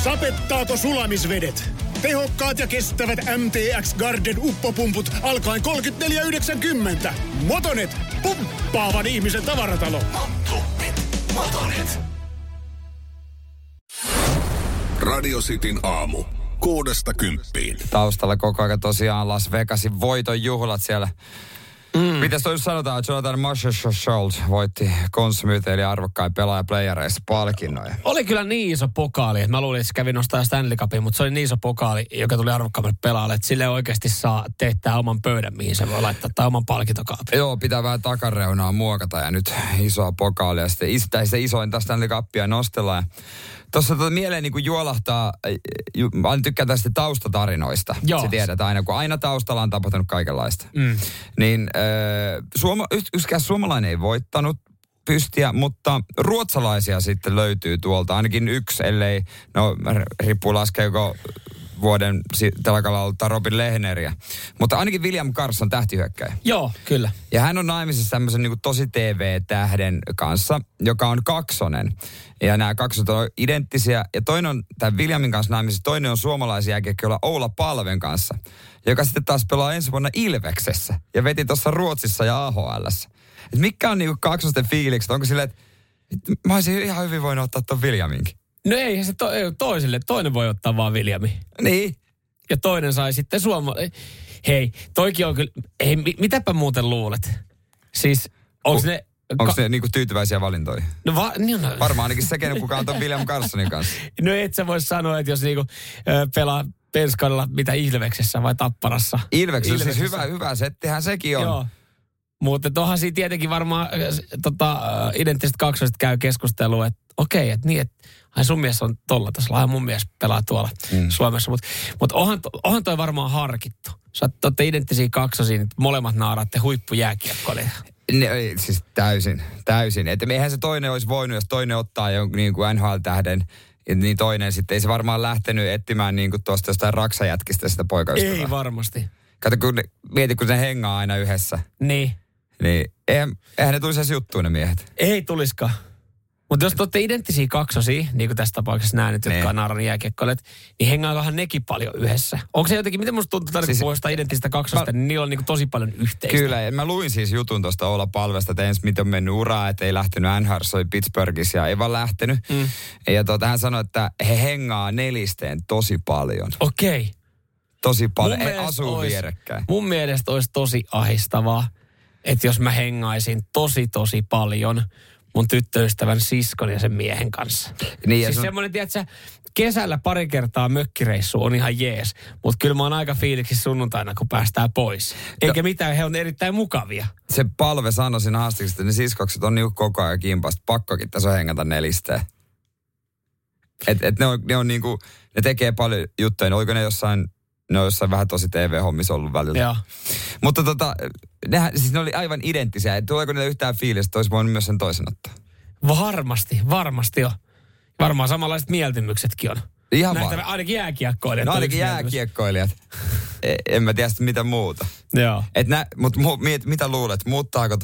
Sapettaako sulamisvedet? Tehokkaat ja kestävät MTX Garden uppopumput alkaen 34,90. Motonet, pumppaavan ihmisen tavaratalo. Motonet. Radio Cityn aamu. 6–10. Taustalla koko ajan tosiaan Las Vegasin voiton juhlat siellä. Mitäs toi sanotaan? Jonathan Marshall voitti Conn Smythe eli arvokkain pelaaja playereissa palkinnoja. Oli kyllä niin iso pokaali, että mä luulin, että se kävi nostaa Stanley Cupin, mutta se oli niin iso pokaali, joka tuli arvokkaammalle pelaajalle, että sille oikeasti saa teettää oman pöydän, mihin se voi laittaa, tai oman palkintokaapin. Joo, pitää vähän takareunaa muokata ja nyt isoa pokaalia. Sitten se isointa Stanley Cupia nostellaan. Tuossa mieleen niin kuin juolahtaa, mä tykkään tästä taustatarinoista. Joo. Se tiedät aina, kun aina taustalla on tapahtunut kaikenlaista. Niin yksikään suomalainen ei voittanut pystiä, mutta ruotsalaisia sitten löytyy tuolta. Ainakin yksi, ellei, riippuu laskeeko vuoden telakalla olutta Robin Lehneriä. Mutta ainakin William Karlsson tähtihyökkäjä. Joo, kyllä. Ja hän on naimisissa tämmöisen niin kuin tosi TV-tähden kanssa, joka on kaksonen. Ja nämä kaksot on identtisiä. Ja toinen on tämän Williamin kanssa naimisissa, toinen on suomalaisia jääkiekkoilla Oula Palven kanssa, joka sitten taas pelaa ensi vuonna Ilveksessä. Ja veti tuossa Ruotsissa ja AHL:ssä. Et mikä on niinku kaksosten fiilikset? Onko silleen, että mä olisin ihan hyvin voinut ottaa ton Williaminkin? No eihän se toiselle. Toinen voi ottaa vaan Viljami. Niin. Ja toinen sai sitten Hei, toikin on kyllä... Hei, mitäpä muuten luulet? Siis, onko ne... Onko ne niinku tyytyväisiä valintoja? No, varmaan ainakin se, kenen kukaan on William Karlssonin kanssa. No et sä voi sanoa, että jos niinku pelaa penskalla mitä Ilveksessä vai Tapparassa. Ilveksessä siis hyvä settihän sekin on. Joo. Mutta tuohan siinä tietenkin varmaan identtiset kaksoiset käy keskustelua, että okei, että niin, että sun mies on tolla tasolla, mun mies pelaa tuolla Suomessa. Mutta onhan toi varmaan harkittu. Sä olette identtisiä kaksosia, että molemmat naaraatte huippujääkiekkoille. Siis täysin. Että eihän se toinen olisi voinut, jos toinen ottaa jo niin kuin NHL-tähden, niin toinen sitten ei se varmaan lähtenyt etsimään niin kuin tuosta jostain raksajätkistä sitä poikaystävää. Ei varmasti. Kato, kun se hengaa aina yhdessä. Niin eihän ne tulisi edes juttuun ne miehet. Ei tuliskaan. Mutta jos te olette identtisiä kaksosia, niin kuin tässä tapauksessa nämä nyt, jotka on naaran jääkiekkoilijat, niin hengaakohan nekin paljon yhdessä? Onko se jotenkin, miten musta tuntuu, että puhuista identtisistä kaksosta, niin niillä on niin kuin tosi paljon yhteistä? Kyllä, ja mä luin siis jutun tuosta Oula Palvesta, että ensin miten on mennyt uraa, että ei lähtenyt NHL, oli Pittsburghissa ja ei vaan lähtenyt. Ja hän sanoi, että he hengaa nelisteen tosi paljon. Okei. Tosi paljon, ei asuu vierekkäin. Mun mielestä olisi tosi ahistavaa, että jos mä hengaisin tosi paljon mun tyttöystävän siskon ja sen miehen kanssa. Niin, siis semmoinen, tiedätkö, kesällä pari kertaa mökkireissu on ihan jees, mutta kyllä mä oon aika fiiliksi sunnuntaina, kun päästään pois. Eikä mitään, he on erittäin mukavia. Se Palve sanoi siinä haastiksesta, että ne siskokset on niinku koko ajan kimpasta. Pakkokin tässä on hengata nelisteen. Ne on niinku, ne tekee paljon juttuja. Ne on jossain vähän tosi TV-hommissa ollut välillä. Joo. Mutta ne oli aivan identtisiä. Tuleeko niille yhtään fiilistä, että olisi voinut myös sen toisen ottaa? Varmasti on. Varmaan samanlaiset mieltymyksetkin on. Ihan varmaan. Ainakin jääkiekkoilijat. No ainakin jääkiekkoilijat. En mä tiedä mitä muuta. Joo. Mutta mitä luulet? Muuttaako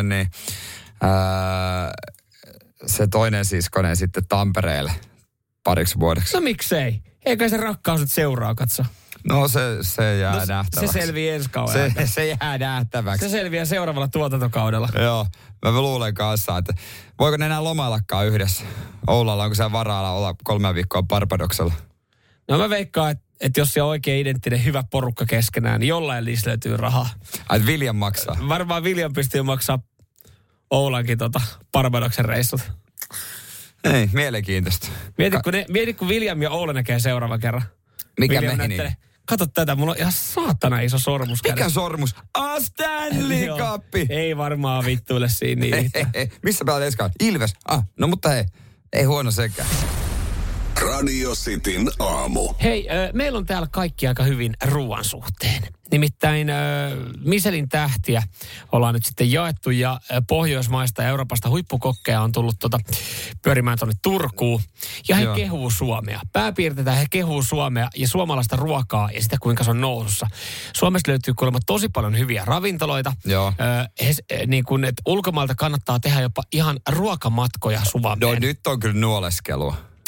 se toinen siskonen sitten Tampereelle pariksi vuodeksi? No miksei? Eikä se rakkaus nyt seuraa, katso. No se jää nähtäväksi. Se selviää ensi kauden. Se jää nähtäväksi. Se selviää seuraavalla tuotantokaudella. Joo, mä luulen kanssa, että voiko ne enää lomaillakaan yhdessä? Oulalla, onko siellä varaa olla 3 viikkoa Barbadoksella? No mä veikkaan, että jos se on oikein identtinen hyvä porukka keskenään, niin jollain niistä löytyy rahaa. Ai William maksaa? Varmaan William pystyy maksaa Oulankin Barbadoksen reissut. Ei, mielenkiintoista. Mieti, kun William ja Oula näkee seuraavan kerran. Mikä meni? Kato tätä, mulla on ihan saatana iso sormus kädessä. Mikä sormus? Stanley Cup! Ei varmaan vittuille siinä niin. Missä pelaat eskaan? Ilves? No mutta hei, ei huono sekään. Radio Cityn aamu. Hei, meillä on täällä kaikki aika hyvin ruoan suhteen. Nimittäin Michelin tähtiä ollaan nyt sitten jaettu ja Pohjoismaista ja Euroopasta huippukokkeja on tullut pyörimään tuonne Turkuun. Ja he kehuu Suomea. Pääpiirteetään he kehuu Suomea ja suomalaista ruokaa ja sitä kuinka se on nousussa. Suomessa löytyy kuulemma tosi paljon hyviä ravintoloita. Joo. Niin kuin, että ulkomailta kannattaa tehdä jopa ihan ruokamatkoja Suomeen. No nyt on kyllä nuoleskelua.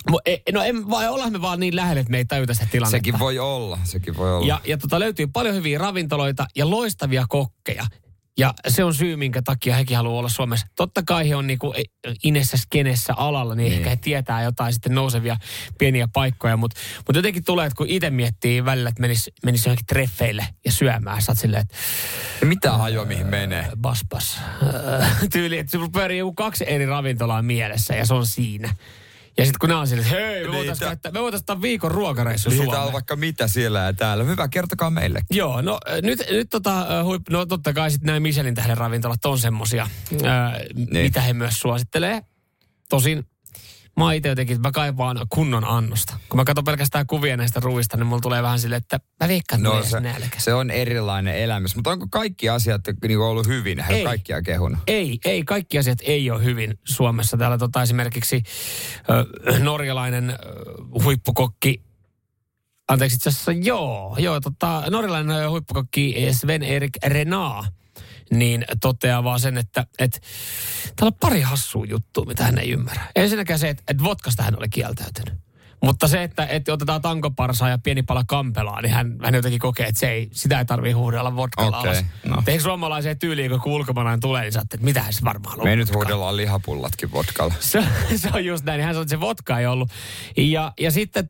Vai ollaan me vaan niin lähellä, että me ei tajuta sitä tilannetta. Sekin voi olla. Ja löytyy paljon hyviä ravintoloita ja loistavia kokkeja. Ja se on syy, minkä takia hekin haluaa olla Suomessa. Totta kai he on niinku inessä skenessä alalla, niin ehkä he tietää jotain sitten nousevia pieniä paikkoja. Mutta jotenkin tulee, että kun itse miettii välillä, että menisi johonkin treffeille ja syömään. Sä oot silleen, että... Mitä hajua mihin menee? Bas. Tyyli, että sulla pyörii joku 2 eri ravintolaa mielessä ja se on siinä. Ja sitten kun nämä on silleen, että hei, me voitaisiin ottaa viikon ruokareissu Suomeen. Niitä on vaikka mitä siellä ja täällä. Hyvä, kertokaa meille. Joo, no nyt totta kai sitten nämä Michelin tähden ravintolat on semmosia, mitä he myös suosittelee. Tosin mä oon itse jotenkin, että mä kaipaan kunnon annosta. Kun mä katson pelkästään kuvia näistä ruuista, niin mulla tulee vähän silleen, että mä veikkaan, että nälkä. Se on erilainen elämys. Mutta onko kaikki asiat niin ollut hyvin? Ei kaikkia kehunut. Ei, kaikki asiat ei ole hyvin Suomessa. Täällä esimerkiksi norjalainen huippukokki, anteeksi itse asiassa, norjalainen huippukokki Sven-Erik Renaa, niin toteaa vaan sen, että täällä on pari hassua juttua, mitä hän ei ymmärrä. Ensinnäkään se, että vodkasta hän oli kieltäytynyt. Mutta se, että otetaan tankoparsaa ja pieni pala kampelaa, niin hän jotenkin kokee, että sitä ei tarvitse huudella vodkalla alas. No. Eikö suomalaiseen tyyliin, kun ulkomaalainen tulee, niin sä että mitähän se varmaan on. Me nyt huudellaan lihapullatkin vodkalla. Se on just näin, niin hän sanoi, että se vodka ei ollut. Ja sitten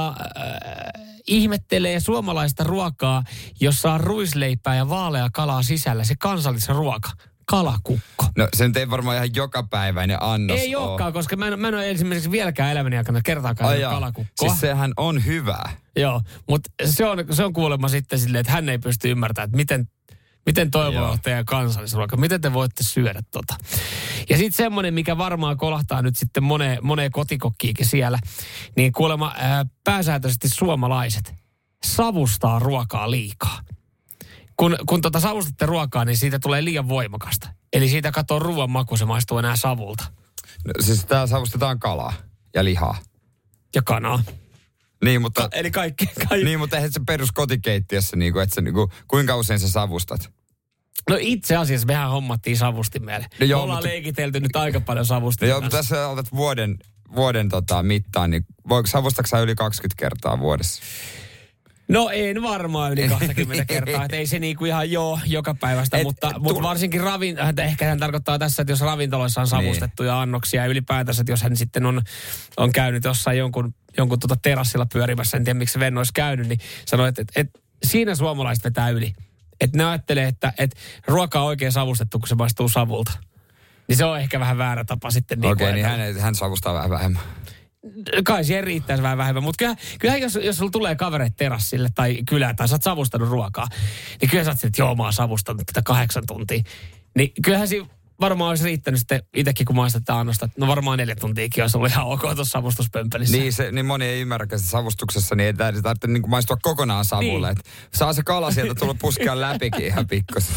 ihmettelee suomalaista ruokaa, jossa on ruisleipää ja vaalea kalaa sisällä, se kansallisruoka. Kalakukko. No se nyt ei varmaan ihan jokapäiväinen annos ei olekaan, koska mä en ole esimerkiksi vieläkään elämäni aikana kertaakaan kalakukkoa. Siis sehän on hyvää. Joo, mutta se on kuulemma sitten silleen, että hän ei pysty ymmärtämään, että miten toivoo teidän kansallisruoka, miten te voitte syödä tota. Ja sitten semmoinen, mikä varmaan kolahtaa nyt sitten moneen kotikokkiikin siellä, niin kuulemma pääsääntöisesti suomalaiset savustaa ruokaa liikaa. Kun savustatte ruokaa, niin siitä tulee liian voimakasta. Eli siitä katoo ruoan maku, se maistuu enää savulta. No, siis täällä savustetaan kalaa ja lihaa. Ja kanaa. Niin, mutta... Eli kaikki. Niin, mutta eihän se perus kotikeittiössä, kuinka usein sä savustat? No itse asiassa mehän hommattiin savustimelle. No me ollaan leikitelty nyt aika paljon savustimella. Joo, mutta tässä olet vuoden mittaan, niin savustatko sä yli 20 kertaa vuodessa? No en varmaan yli 20 kertaa, että ei se niinku ihan joka päivästä, mutta varsinkin ehkä hän tarkoittaa tässä, että jos ravintoloissa on savustettuja annoksia ja ylipäätänsä, että jos hän sitten on käynyt jossain jonkun terassilla pyörimässä, en tiedä miksi Venno olisi käynyt, niin sanoi, että siinä suomalaiset vetää yli. Että ne ajattelee, että ruoka on oikein savustettu, kun se maistuu savulta. Niin se on ehkä vähän väärä tapa sitten. Okei, niin hän savustaa vähän vähemmän. Kai siihen riittäisi vähän vähemmän, mutta kyllähän jos sulla tulee kavereet terassille tai kylään tai sä oot savustanut ruokaa, niin kyllä sä oot että mä oon savustanut tätä 8 tuntia. Niin kyllähän siinä varmaan olisi riittänyt sitten itsekin, kun maistetaan annosta, että no varmaan 4 tuntiakin olisi ollut ihan ok tuossa savustuspömpelissä. Niin moni ei ymmärrä sitä savustuksessa, niin ei tarvitse niin kuin maistua kokonaan savulle. Niin. Saa se kala sieltä tulla puskea läpikin ihan pikkusen.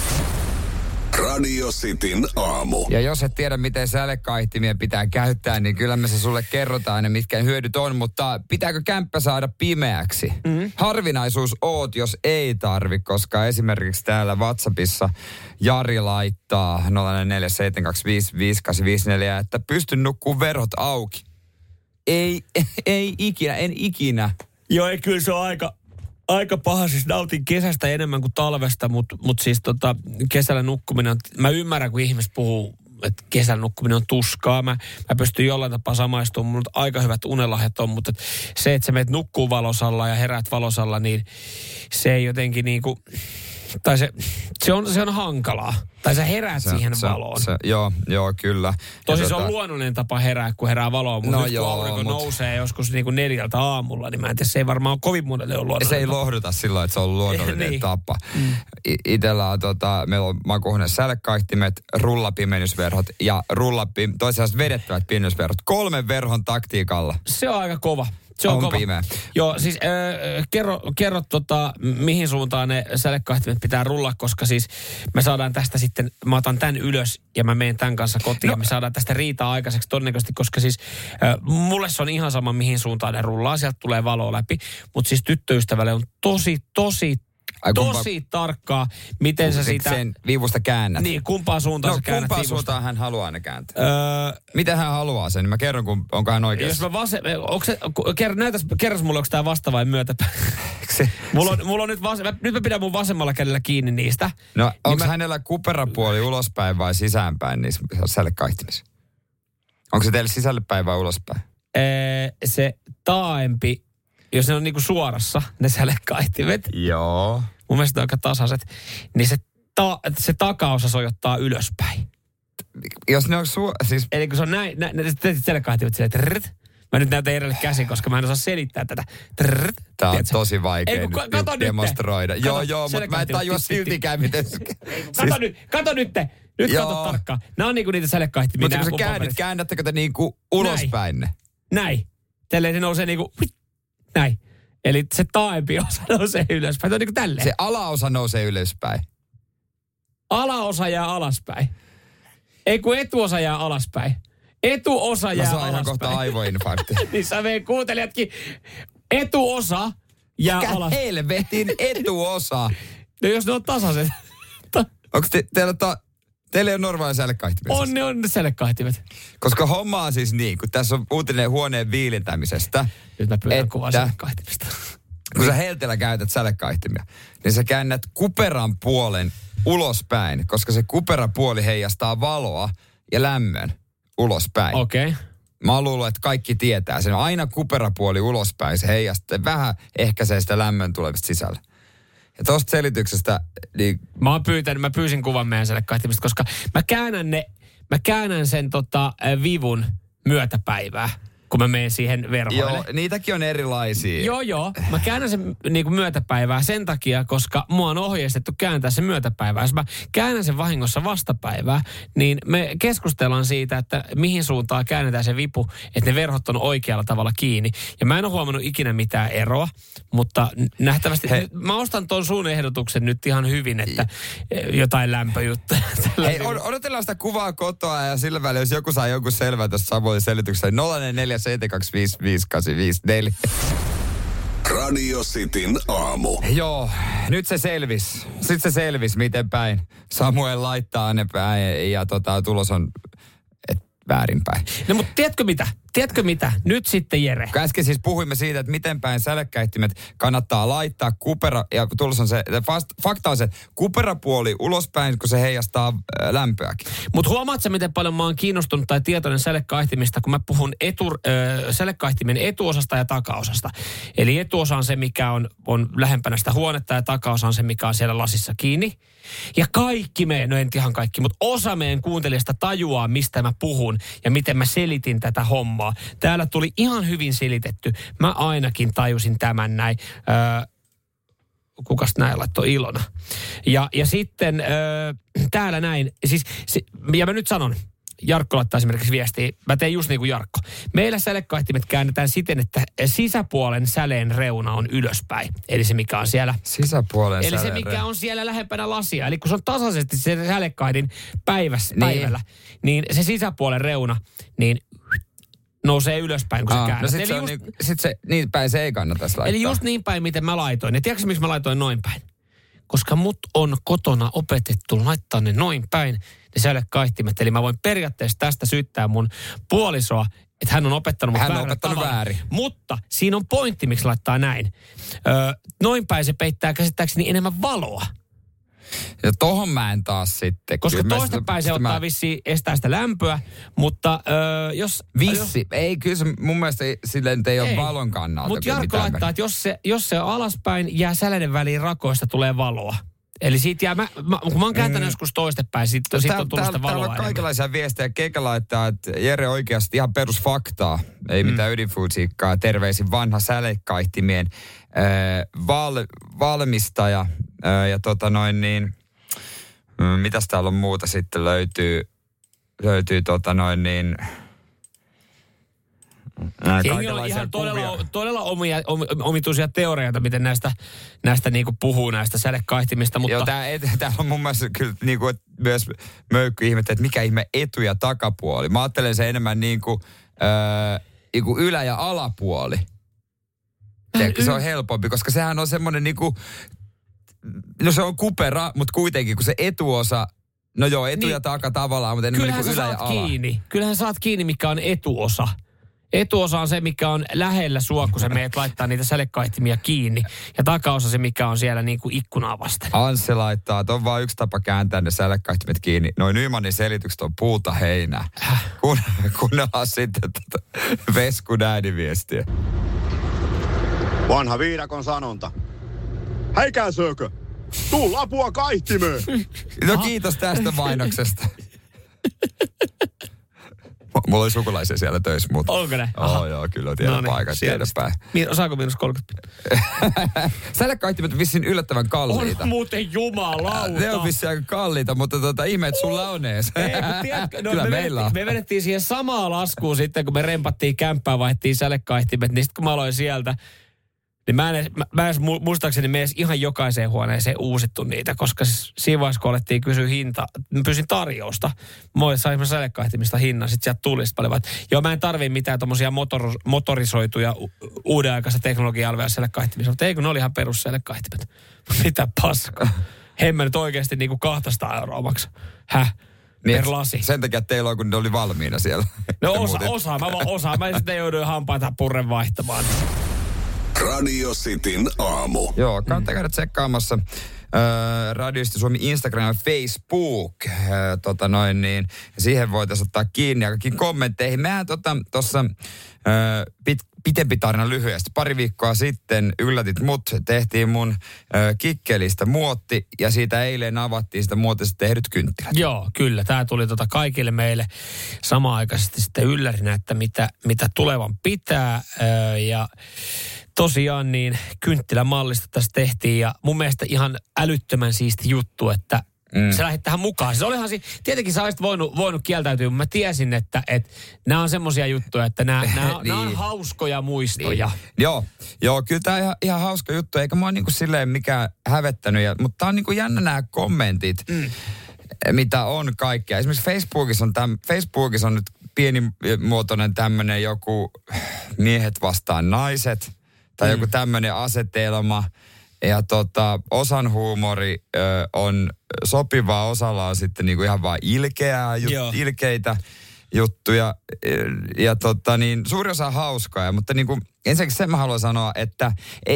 Radio Cityn aamu. Ja jos et tiedä, miten sälekaihtimia pitää käyttää, niin kyllä me se sulle kerrotaan, mitkä hyödyt on. Mutta pitääkö kämppä saada pimeäksi? Mm-hmm. Harvinaisuus oot, jos ei tarvi, koska esimerkiksi täällä WhatsAppissa Jari laittaa 047255854, että pystyn nukkumaan verhot auki. Ei en ikinä. Joo, ei kyllä se on aika paha, siis nautin kesästä enemmän kuin talvesta, mutta siis kesällä nukkuminen on, mä ymmärrän, kun ihmiset puhuu, että kesällä nukkuminen on tuskaa. Mä pystyn jollain tapaa samaistumaan, mulla aika hyvät unelahjat on, mutta se, että sä menet nukkuu valosalla ja heräät valosalla, niin se ei jotenkin niinku, tai se on hankalaa. Tai sä heräät siihen valoon. Joo, kyllä. Tosin se on luonnollinen tapa herää, kun herää valoon. Mutta nyt kun aurinko nousee joskus niin kuin 4 aamulla, niin mä en tiedä, se ei varmaan kovin monelle ole luonnollinen se ei tapa. Lohduta silloin, että se on luonnollinen niin. tapa. Itellä on meillä on makuuhuoneen sälekaihtimet, rullapimennysverhot ja toisaalta vedettävät pimennysverhot. 3 verhon taktiikalla. Se on aika kova. Se on kova. Pimeä. Joo, siis kerro mihin suuntaan ne sälekaihtimet pitää rullaa, koska siis me saadaan tästä sitten, mä otan tämän ylös ja mä menen tämän kanssa kotiin ja me saadaan tästä riitaa aikaiseksi todennäköisesti, koska siis mulle se on ihan sama mihin suuntaan ne rullaa, sieltä tulee valoa läpi, mutta siis tyttöystävälle on tosi tosi tarkkaa, miten sä sitä... Sen viivusta käännät. Niin, kumpaan suuntaan sä käännät kumpaan viivusta. suuntaan hän haluaa ne kääntää? Miten hän haluaa sen? Mä kerron, onko hän oikeassa. Jos kerros mulle, onko tää vasta vai myötäpäin? mulla on nyt mä pidän mun vasemmalla kädellä kiinni niistä. No, niin onko hänellä kuperapuoli ulospäin vai sisäänpäin niissä sälekaihtimissa? Onko se teille sisällepäin vai ulospäin? Se taaempi, jos ne on niinku suorassa, ne sälekaihtimet. Joo. Mun mielestä on aika tasaiset. Niin se takaosa sojottaa ylöspäin. Jos ne on siis... Eli kun se on näin sälekaihtimet silleen, trrrt. Mä nyt näytän Jerelle käsin, koska mä en osaa selittää tätä. Trrrt. Tää on Tiedätkö? tosi vaikea nyt demonstroida. Joo, mutta mä en tajua siltikään, miten... Kato nyt. Nyt kato tarkkaan. Nämä on niinku niitä sälekaihtimia. Mutta kun sä käännättekö te niinku ulospäin ne? Näin. Tälleen se nousee niinku... Näin. Eli se taaempi osa nousee ylöspäin. Se on niinku tälleen. Se alaosa nousee ylöspäin. Alaosa jää alaspäin. Ei kun etuosa jää alaspäin. Etuosa jää alaspäin. Mä saan kohta aivoinfarkti. Niin sä meidän kuuntelijatkin. Etuosa jää alaspäin. Mikä helvetin etuosa? No jos ne on tasaiset. Onko teillä ei ole normaali sälekaihtimia? On ne sälekaihtimet. Koska homma on siis niin, kun tässä on uutinen huoneen viilentämisestä. Nyt mä pyydän kuvaa sälekaihtimista. Kun sä helteellä käytät sälekaihtimia, niin sä käännät kuperan puolen ulospäin, koska se kuperapuoli heijastaa valoa ja lämmön ulospäin. Okei. Okay. Mä luulen, että kaikki tietää sen. Aina kuperapuoli ulospäin, se heijastaa vähän ehkäisee sitä lämmön tulevista sisällä. Ja tosta selityksestä... Niin... Mä pyysin kuvan meidän sälekaihtimista, koska mä käännän sen vivun myötäpäivää, kun mä menen siihen verhoille. Joo, niitäkin on erilaisia. Joo. Mä käännän sen niinku myötäpäivää sen takia, koska mua on ohjeistettu kääntää sen myötäpäivää. Jos mä käännän sen vahingossa vastapäivää, niin me keskustellaan siitä, että mihin suuntaan käännetään se vipu, että ne verhot on oikealla tavalla kiinni. Ja mä en ole huomannut ikinä mitään eroa, mutta nähtävästi... Mä ostan ton sun ehdotuksen nyt ihan hyvin, että jotain lämpöjuttuja. Hei, odotellaan sitä kuvaa kotoa ja sillä välillä, jos joku saa jonkun selvää tässä Samuelin selityksessä, niin 047255854. Radio Cityn aamu. Joo, nyt se selvis. Sitten se selvis, miten päin Samuel laittaa ne päin ja tulos on väärinpäin. No mutta tiedätkö mitä? Nyt sitten Jere. Äsken siis puhuimme siitä, että miten päin sälekkäihtimet kannattaa laittaa kupera, ja tulos on se, fakta on se, kuperapuoli ulospäin, kun se heijastaa lämpöäkin. Mutta huomaatko, miten paljon mä oon kiinnostunut tai tietoinen sälekkaihtimista, kun mä puhun sälekkaihtimen etuosasta ja takaosasta. Eli etuosa on se, mikä on lähempänä sitä huonetta, ja takaosa on se, mikä on siellä lasissa kiinni. Ja kaikki no en ihan kaikki, mutta osa meidän kuuntelijasta tajuaa, mistä mä puhun ja miten mä selitin tätä hommaa. Täällä tuli ihan hyvin selitetty. Mä ainakin tajusin tämän näin. Kukas näin laittoi Ilona. Ja sitten täällä näin, siis, ja mä nyt sanon, Jarkko laittaa esimerkiksi viestiä. Mä teen just niin kuin Jarkko. Meillä sälekaihtimet käännetään siten, että sisäpuolen säleen reuna on ylöspäin. Eli se, mikä on siellä... Sisäpuolen eli se, mikä on siellä lähempänä lasia. Eli kun se on tasaisesti se sälekaihdin päivällä, niin se sisäpuolen reuna, niin nousee ylöspäin, kun se käännät. No sit se niin päin se ei kannattaisi laittaa. Eli just niin päin, miten mä laitoin. Ja tiedätkö, miksi mä laitoin noin päin? Koska mut on kotona opetettu laittaa ne noin päin, ne sälekaihtimet. Eli mä voin periaatteessa tästä syyttää mun puolisoa, että hän on opettanut mut väärällä tavalla. Väärin. Mutta siinä on pointti, miksi laittaa näin. Noin päin se peittää käsittääkseni enemmän valoa. Ja tohon mä en taas sitten. Koska toista päin se ottaa vissiin estää sitä lämpöä, mutta jos... ei kyllä se mun mielestä silleen ei ole valon kannalta. Mutta Jarkko laittaa, että jos se on alaspäin, jää säleiden väliin rakoista, tulee valoa. Eli siitä jää, kun mä oon kääntänyt joskus toistepäin, sit on tullut sitä valoa. Täällä on kaikenlaisia viestejä. Keikä laittaa, että Jere oikeasti ihan perusfaktaa. Ei mitään ydinfyysiikkaa. Terveisin vanha sälekaihtimien valmistaja. Mitäs täällä on muuta sitten löytyy Jengi on ihan todella omituisia teorioita, miten näistä niinku puhuu näistä sälekaihtimista, mutta... Joo, täällä on mun mielestä kyllä niinku, myös möykky ihmettä, että mikä ihme etu- ja takapuoli. Mä ajattelen se enemmän niinku ylä- ja alapuoli. Se on helpompi, koska sehän on semmoinen niinku... no se on kupera, mutta kuitenkin kun se etuosa, no joo, etu ja taka tavallaan, mutta enemmän niin kuin ylä ja ala. Kyllähän saat kiinni, mikä on etuosa. Etuosa on se, mikä on lähellä sua, kun sä meet laittaa niitä sälekaihtimia kiinni. Ja takaosa se, mikä on siellä niin kuin ikkunaa vasten. Anssi laittaa, että on vaan yksi tapa kääntää ne sälekaihtimet kiinni. Noin Nymanin selitykset on puuta heinää. Kuunnellaan sitten Veskun ääniviestiä. Vanha viidakon sanonta. Häikää sökö! Tuu apua kaihtimeen! No kiitos tästä mainoksesta. Mulla oli sukulaisia siellä töissä, mutta... Onko ne? Joo, kyllä tiedän paikat tiedä päin. Saako -30? Sälekaihtimet on vissiin yllättävän kalliita. On muuten jumalauta. Ne on vissiin aika kalliita, mutta ihme, että sulla on ees. Kyllä meillä on. Me vedettiin siihen samaa laskuun sitten, kun me rempattiin kämppää, vaihdettiin sälekaihtimet, niin sitten kun mä aloin sieltä, niin mä en muistaakseni me edes ihan jokaiseen huoneeseen uusittu niitä, koska siinä vaiheessa, kun alettiin kysyä hinta, mä pyysin tarjousta. Mä sain sälekaihtimista hinnan, sit sieltä tuli paljon, että joo, mä en tarvii mitään tommosia motorisoituja uudenaikaista teknologiaa alvea sälekaihtimista, mutta ei kun ne oli ihan perusselekaihtimet. Mitä paskaa. Hemmä nyt oikeasti niinku 200 € maksaa. Niin, per lasi. Sen takia teillä on, kun ne oli valmiina siellä. No osa. Mä sitten jouduin hampaita purren vaihtamaan. Radio Cityn aamu. Joo, kannattaa käydä tsekkaamassa Radio City Suomi Instagram ja Facebook. Niin siihen voitaisiin ottaa kiinni aikakin kommentteihin. Mehän tuossa pitempi tarina lyhyesti. Pari viikkoa sitten yllätit mut, tehtiin mun kikkelistä muotti ja siitä eilen avattiin sitä muotista tehdyt kynttilät. Joo, kyllä. Tämä tuli kaikille meille samaaikaisesti sitten yllärinä, että mitä tulevan pitää ja tosiaan niin kynttilämallista tässä tehtiin ja mun mielestä ihan älyttömän siisti juttu, että se lähti tähän mukaan. Siis olihan tietenkin sä olisit voinut kieltäytyä, mutta mä tiesin, että nämä on semmoisia juttuja, että nämä niin. On hauskoja muistoja. Niin. Joo, kyllä tämä on ihan hauska juttu, eikä mua niinku silleen mikään hävettänyt, mutta tää on niinku jännä nämä kommentit, mitä on kaikkea. Esimerkiksi Facebookissa on nyt pienimuotoinen tämmöinen joku miehet vastaan naiset, tai joku tämmöinen asetelma. Ja osan huumori on sopivaa, osalla on sitten niinku ihan vaan ilkeitä juttuja. Ja suuri osa on hauskaa, mutta niinku, ensinnäkin sen mä haluan sanoa, että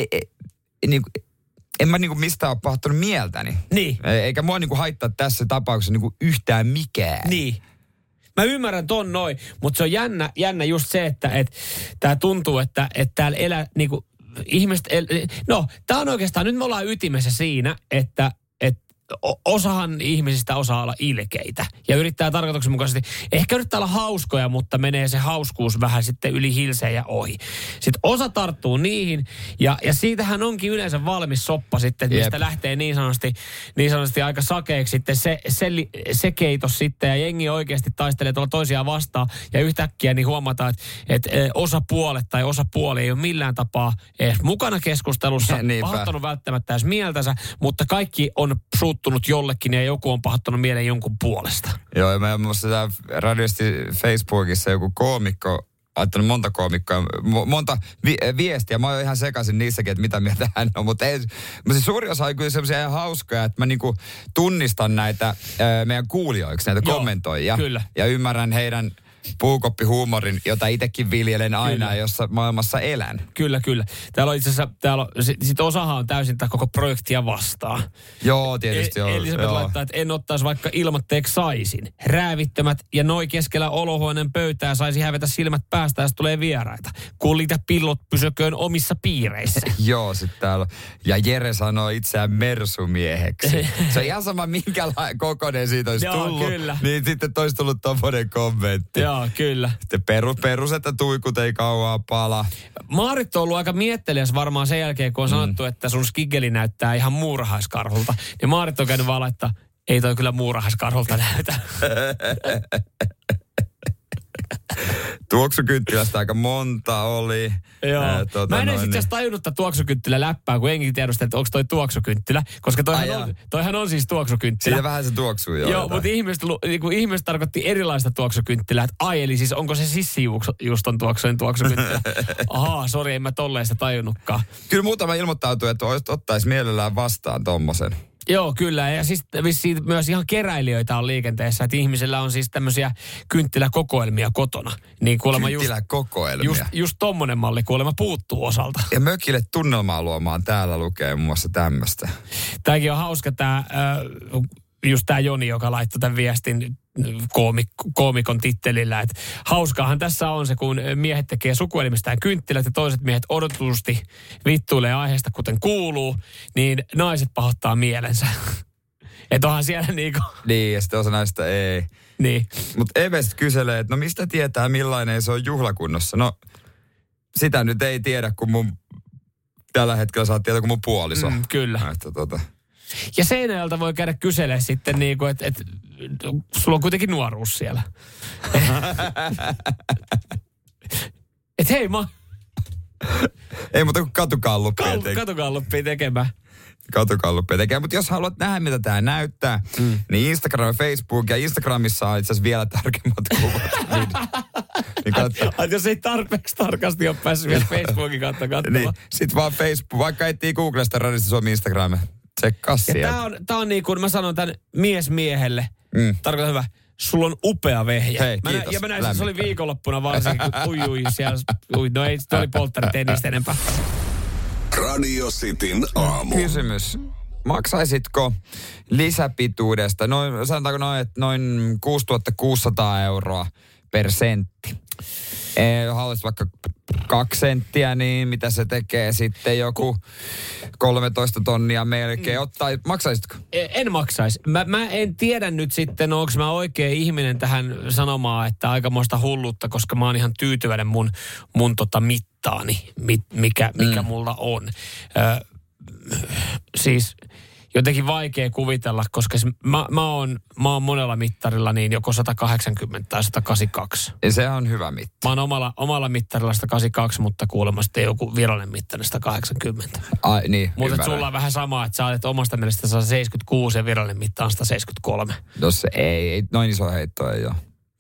en mä niinku mistään ole pahoittanut mieltäni. Niin. Eikä mua niinku haittaa tässä tapauksessa niinku yhtään mikään. Niin. Mä ymmärrän ton noin, mutta se on jännä just se, että tää tuntuu, että täällä elää niinku ihmiset, tää on oikeastaan, nyt me ollaan ytimessä siinä, että osahan ihmisistä osaa olla ilkeitä ja yrittää tarkoituksenmukaisesti, ehkä yrittää olla hauskoja, mutta menee se hauskuus vähän sitten yli hilseen ja ohi. Sitten osa tarttuu niihin ja siitähän onkin yleensä valmis soppa sitten, mistä lähtee niin sanotusti aika sakeeksi sitten se keitos sitten ja jengi oikeasti taistelee tuolla toisiaan vastaan ja yhtäkkiä niin huomataan, että osapuoli ei ole millään tapaa edes mukana keskustelussa, pahoittanut välttämättä edes mieltänsä, mutta kaikki on suuttunut jollekin ja joku on pahoittanut mieleen jonkun puolesta. Joo, ja mä muista radiosti Facebookissa joku koomikko, ajattelin monta koomikkoa, monta viestiä. Mä oon ihan sekaisin niissäkin, että mitä mieltä hän on. Mutta se suuri osa on kyllä semmoisia ihan hauskoja, että mä niinku tunnistan näitä meidän kuulijoiksi, näitä kommentoijia. Kyllä. Ja ymmärrän heidän puukoppihuumorin, jota itsekin viljelen aina, jossa maailmassa elän. Kyllä. Täällä on itse asiassa, sit osahan on täysin tätä koko projektia vastaan. Joo, tietysti on. Elisabeth laittaa, että en ottaisi vaikka ilmatteeksi saisin. Räävittömät ja noi keskellä olohuoneen pöytää saisi hävetä silmät päästä, jos tulee vieraita. Kullita pillot pysyköön omissa piireissä. Joo, sitten täällä. Ja Jere sanoo itseään mersumieheksi. Se on ihan sama, minkä kokoinen siitä olisi tullut. Kyllä. Niin sitten olisi tullut tommoinen kommentti. Joo, kyllä. Sitten perus, että tuikut ei kauaa pala. Maarit on ollut aika mietteliäs varmaan sen jälkeen, kun on sanottu, että sun skigeli näyttää ihan muurahaiskarhulta. Ja Maarit on käynyt vaan laittaa, ei toi kyllä muurahaiskarhulta näytä. Tuoksukynttilästä aika monta oli. Joo. Mä en edes itse asiassa tajunnut tätä tuoksukynttilä-läppää, kun enkin tiedosti, että onko toi tuoksukynttilä. Koska toihan on siis tuoksukynttilä. Siitä vähän se tuoksuu jo. Joo, mutta ihmiset tarkoitti erilaista tuoksukynttilää. Että eli siis onko se sissijuuston tuoksuinen tuoksukynttilä? Ahaa, sori, en mä tolleen sitä tajunnutkaan. Kyllä muutama ilmoittautui, että ottaisi mielellään vastaan tommosen. Joo, kyllä. Ja siis vissiin myös ihan keräilijöitä on liikenteessä, että ihmisillä on siis tämmöisiä kynttiläkokoelmia kotona. Niin kuulemma kynttiläkokoelmia? Just tommonen malli kuulemma puuttuu osalta. Ja mökille tunnelmaa luomaan täällä lukee muun muassa tämmöistä. Tämäkin on hauska just tämä Joni, joka laittoi tämän viestin koomikon tittelillä, että hauskaahan tässä on se, kun miehet tekee sukuelimistään kynttilät ja toiset miehet odotusti vittuilee aiheesta kuten kuuluu, niin naiset pahoittaa mielensä. Että onhan siellä niinku... Niin, ja sitten osa näistä ei. Niin. Mutta Eves kyselee, että no mistä tietää millainen se on juhlakunnossa? No, sitä nyt ei tiedä, kun tällä hetkellä saat tietää, kun mun puoliso. Kyllä. Että Ja Seinäjältä voi käydä kyselemään sitten niinku, että sulla on kuitenkin nuoruus siellä. Et hei ei muuta kuin katukalluppia tekemään. Katukalluppia tekemään. Mutta jos haluat nähdä, mitä tämä näyttää, niin Instagram ja Facebook. Ja Instagramissa on itse asiassa vielä tarkemmat kuvat. niin jos ei tarpeeksi tarkasti ole päässyt vielä Facebookin kautta katsomaan. Niin, sit vaan Facebook. Vaikka etsii Googlesta Radiosta Suomi Instagram. Tsekkaa sieltä. Tää on niin kuin mä sanon tämän mies miehelle. Tarkoitan hyvä. Sulla on upea vehjä. Hei, kiitos. Ja mä näin, se oli viikonloppuna varsinkin, kun siellä, no ei, se oli polttarit, ei niistä enempää. Radio Cityn aamu. Kysymys. Maksaisitko lisäpituudesta, sanotaanko noin 6600 euroa per sentti? Haluaisit vaikka 2 senttiä, niin mitä se tekee sitten joku 13 tonnia melkein. Maksaisitko? En maksaisi. Mä en tiedä nyt sitten, onko mä oikea ihminen tähän sanomaan, että aikamoista hullutta, koska mä oon ihan tyytyväinen mun mittaani, mikä mulla on. Siis jotenkin vaikea kuvitella, koska mä oon monella mittarilla niin joko 180 tai 182. Ja se on hyvä mitta. Mä oon omalla mittarilla 182, mutta kuulemma sitten joku virallinen mittari 180. Ai niin, mutta sulla on vähän sama, että sä olet omasta mielestä 176 ja virallinen mitta on 173. No se ei noin iso heitto ei ole.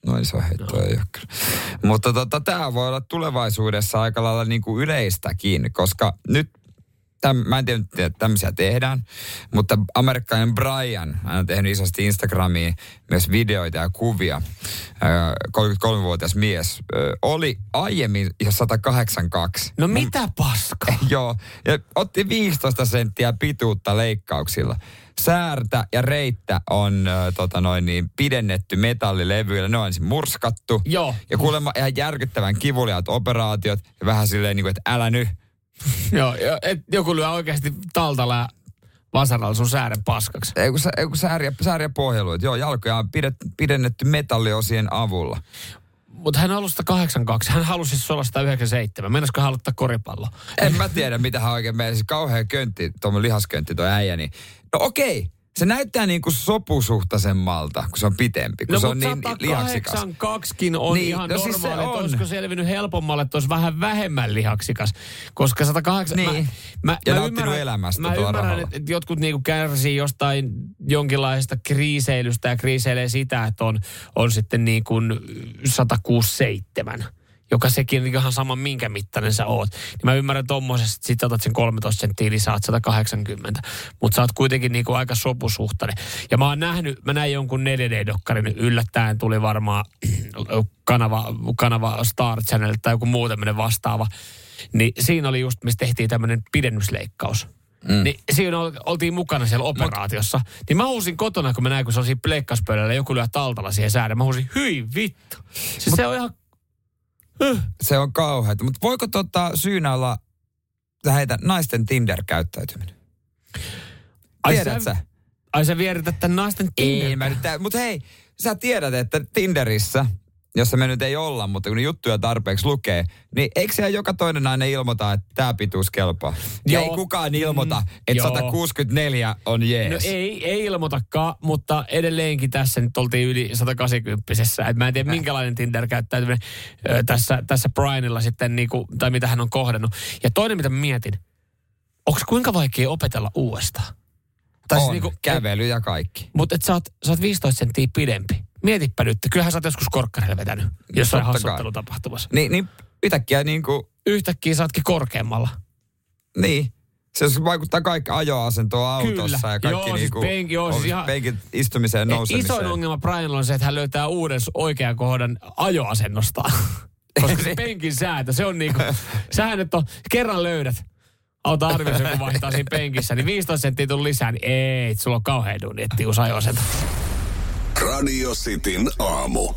Mutta tämä voi olla tulevaisuudessa aika lailla niin kuin yleistäkin, koska nyt mä en tiedä, että tämmöisiä tehdään, mutta amerikkalainen Brian, hän on tehnyt isosti Instagramiin myös videoita ja kuvia. 33-vuotias mies. Oli aiemmin jo 182. No mitä paskaa? Joo, ja otti 15 senttiä pituutta leikkauksilla. Säärtä ja reittä on pidennetty metallilevyillä. Ne on ensin murskattu. Joo. Ja kuulemma ihan järkyttävän kivuliaat operaatiot. Ja vähän silleen niin kuin, että älä nyt. Joo, joku lyö oikeasti taltalla vasaralla sun säären paskaksi. Ei kun sääriä pohjeluita. Joo, jalkoja on pidennetty metalliosien avulla. Mutta hän halusi 182. Hän halusi siis olla 197. Meinaisiko hän haluttaa koripalloa? En mä tiedä, mitä hän oikein meni. Siis kauhea köntti, tuommoinen lihasköntti toi äijä. Niin. No okei. Se näyttää niin kuin sopusuhtaisemmalta, kun se on pitempi, kun se on niin lihaksikas. 182kin on niin, ihan normaali, siis että olisiko selvinnyt helpommalle, että olisi vähän vähemmän lihaksikas. Koska 108... Niin, ja nauttinut elämästä tuolla rahalla. Mä ymmärrän, että jotkut niinku kärsii jostain jonkinlaista kriiseilystä ja kriiseilee sitä, että on sitten niin kuin 167. Joka sekin on ihan sama, minkä mittainen sä oot. Niin mä ymmärrän tommosesta, että sit otat sen 13 senttiä, niin saat 180. Mutta sä oot kuitenkin niinku aika sopusuhtainen. Ja mä näin jonkun 4D-dokkarin, yllättäen tuli varmaan kanava Star Channel tai joku muu tämmönen vastaava. Niin siinä oli just, missä tehtiin tämmönen pidennysleikkaus. Niin siinä oltiin mukana siellä operaatiossa. Niin mä huusin kotona, kun mä näin, kun se on siinä pleikkauspöydällä, joku lyö taltalla siihen säädä. Mä huusin, hyi vittu. Siis se on ihan... Se on kauheata. Mutta voiko syynä olla naisten Tinder-käyttäytyminen? Tiedät sä? Ai sä vierität tämän naisten Tinder? Mutta hei, sä tiedät, että Tinderissä jossa me nyt ei olla, mutta kun juttuja tarpeeksi lukee, niin eikö siellä joka toinen nainen ilmoita, että tämä pituus kelpaa? Ja ei kukaan ilmoita, että 164 on jees. No ei ilmoitakaan, mutta edelleenkin tässä nyt oltiin yli 180-sessä. Et mä en tiedä, minkälainen Tinder-käyttäytyminen tässä Brianilla sitten, niinku, tai mitä hän on kohdannut. Ja toinen, mitä mä mietin, onko kuinka vaikea opetella uudestaan? Tai on, siis niinku, kävely ja kaikki. Mutta sä oot 15 senttiä pidempi. Mietipä nyt, kyllähän sä oot joskus korkkarille vetänyt jossain hassuttelutapahtumassa. Niin yhtäkkiä niinku... Yhtäkkiä sä ootkin korkeammalla. Niin. Se vaikuttaa kaikki ajoasentoa autossa. Kyllä. Ja kaikki penkin istumiseen ja nousemiseen. Isoin ongelma Brianilla on se, että hän löytää uuden oikean kohdan ajoasennosta. Koska se penkin säätö, se on niinku... Sähän nyt on, kerran löydät. Auta arvioissa, kun vaihtaa siinä penkissä, niin 15 senttiä tuli lisää, niin ei, sulla on kauhean duuni, että uusi ajoasento. Radio Cityn aamu.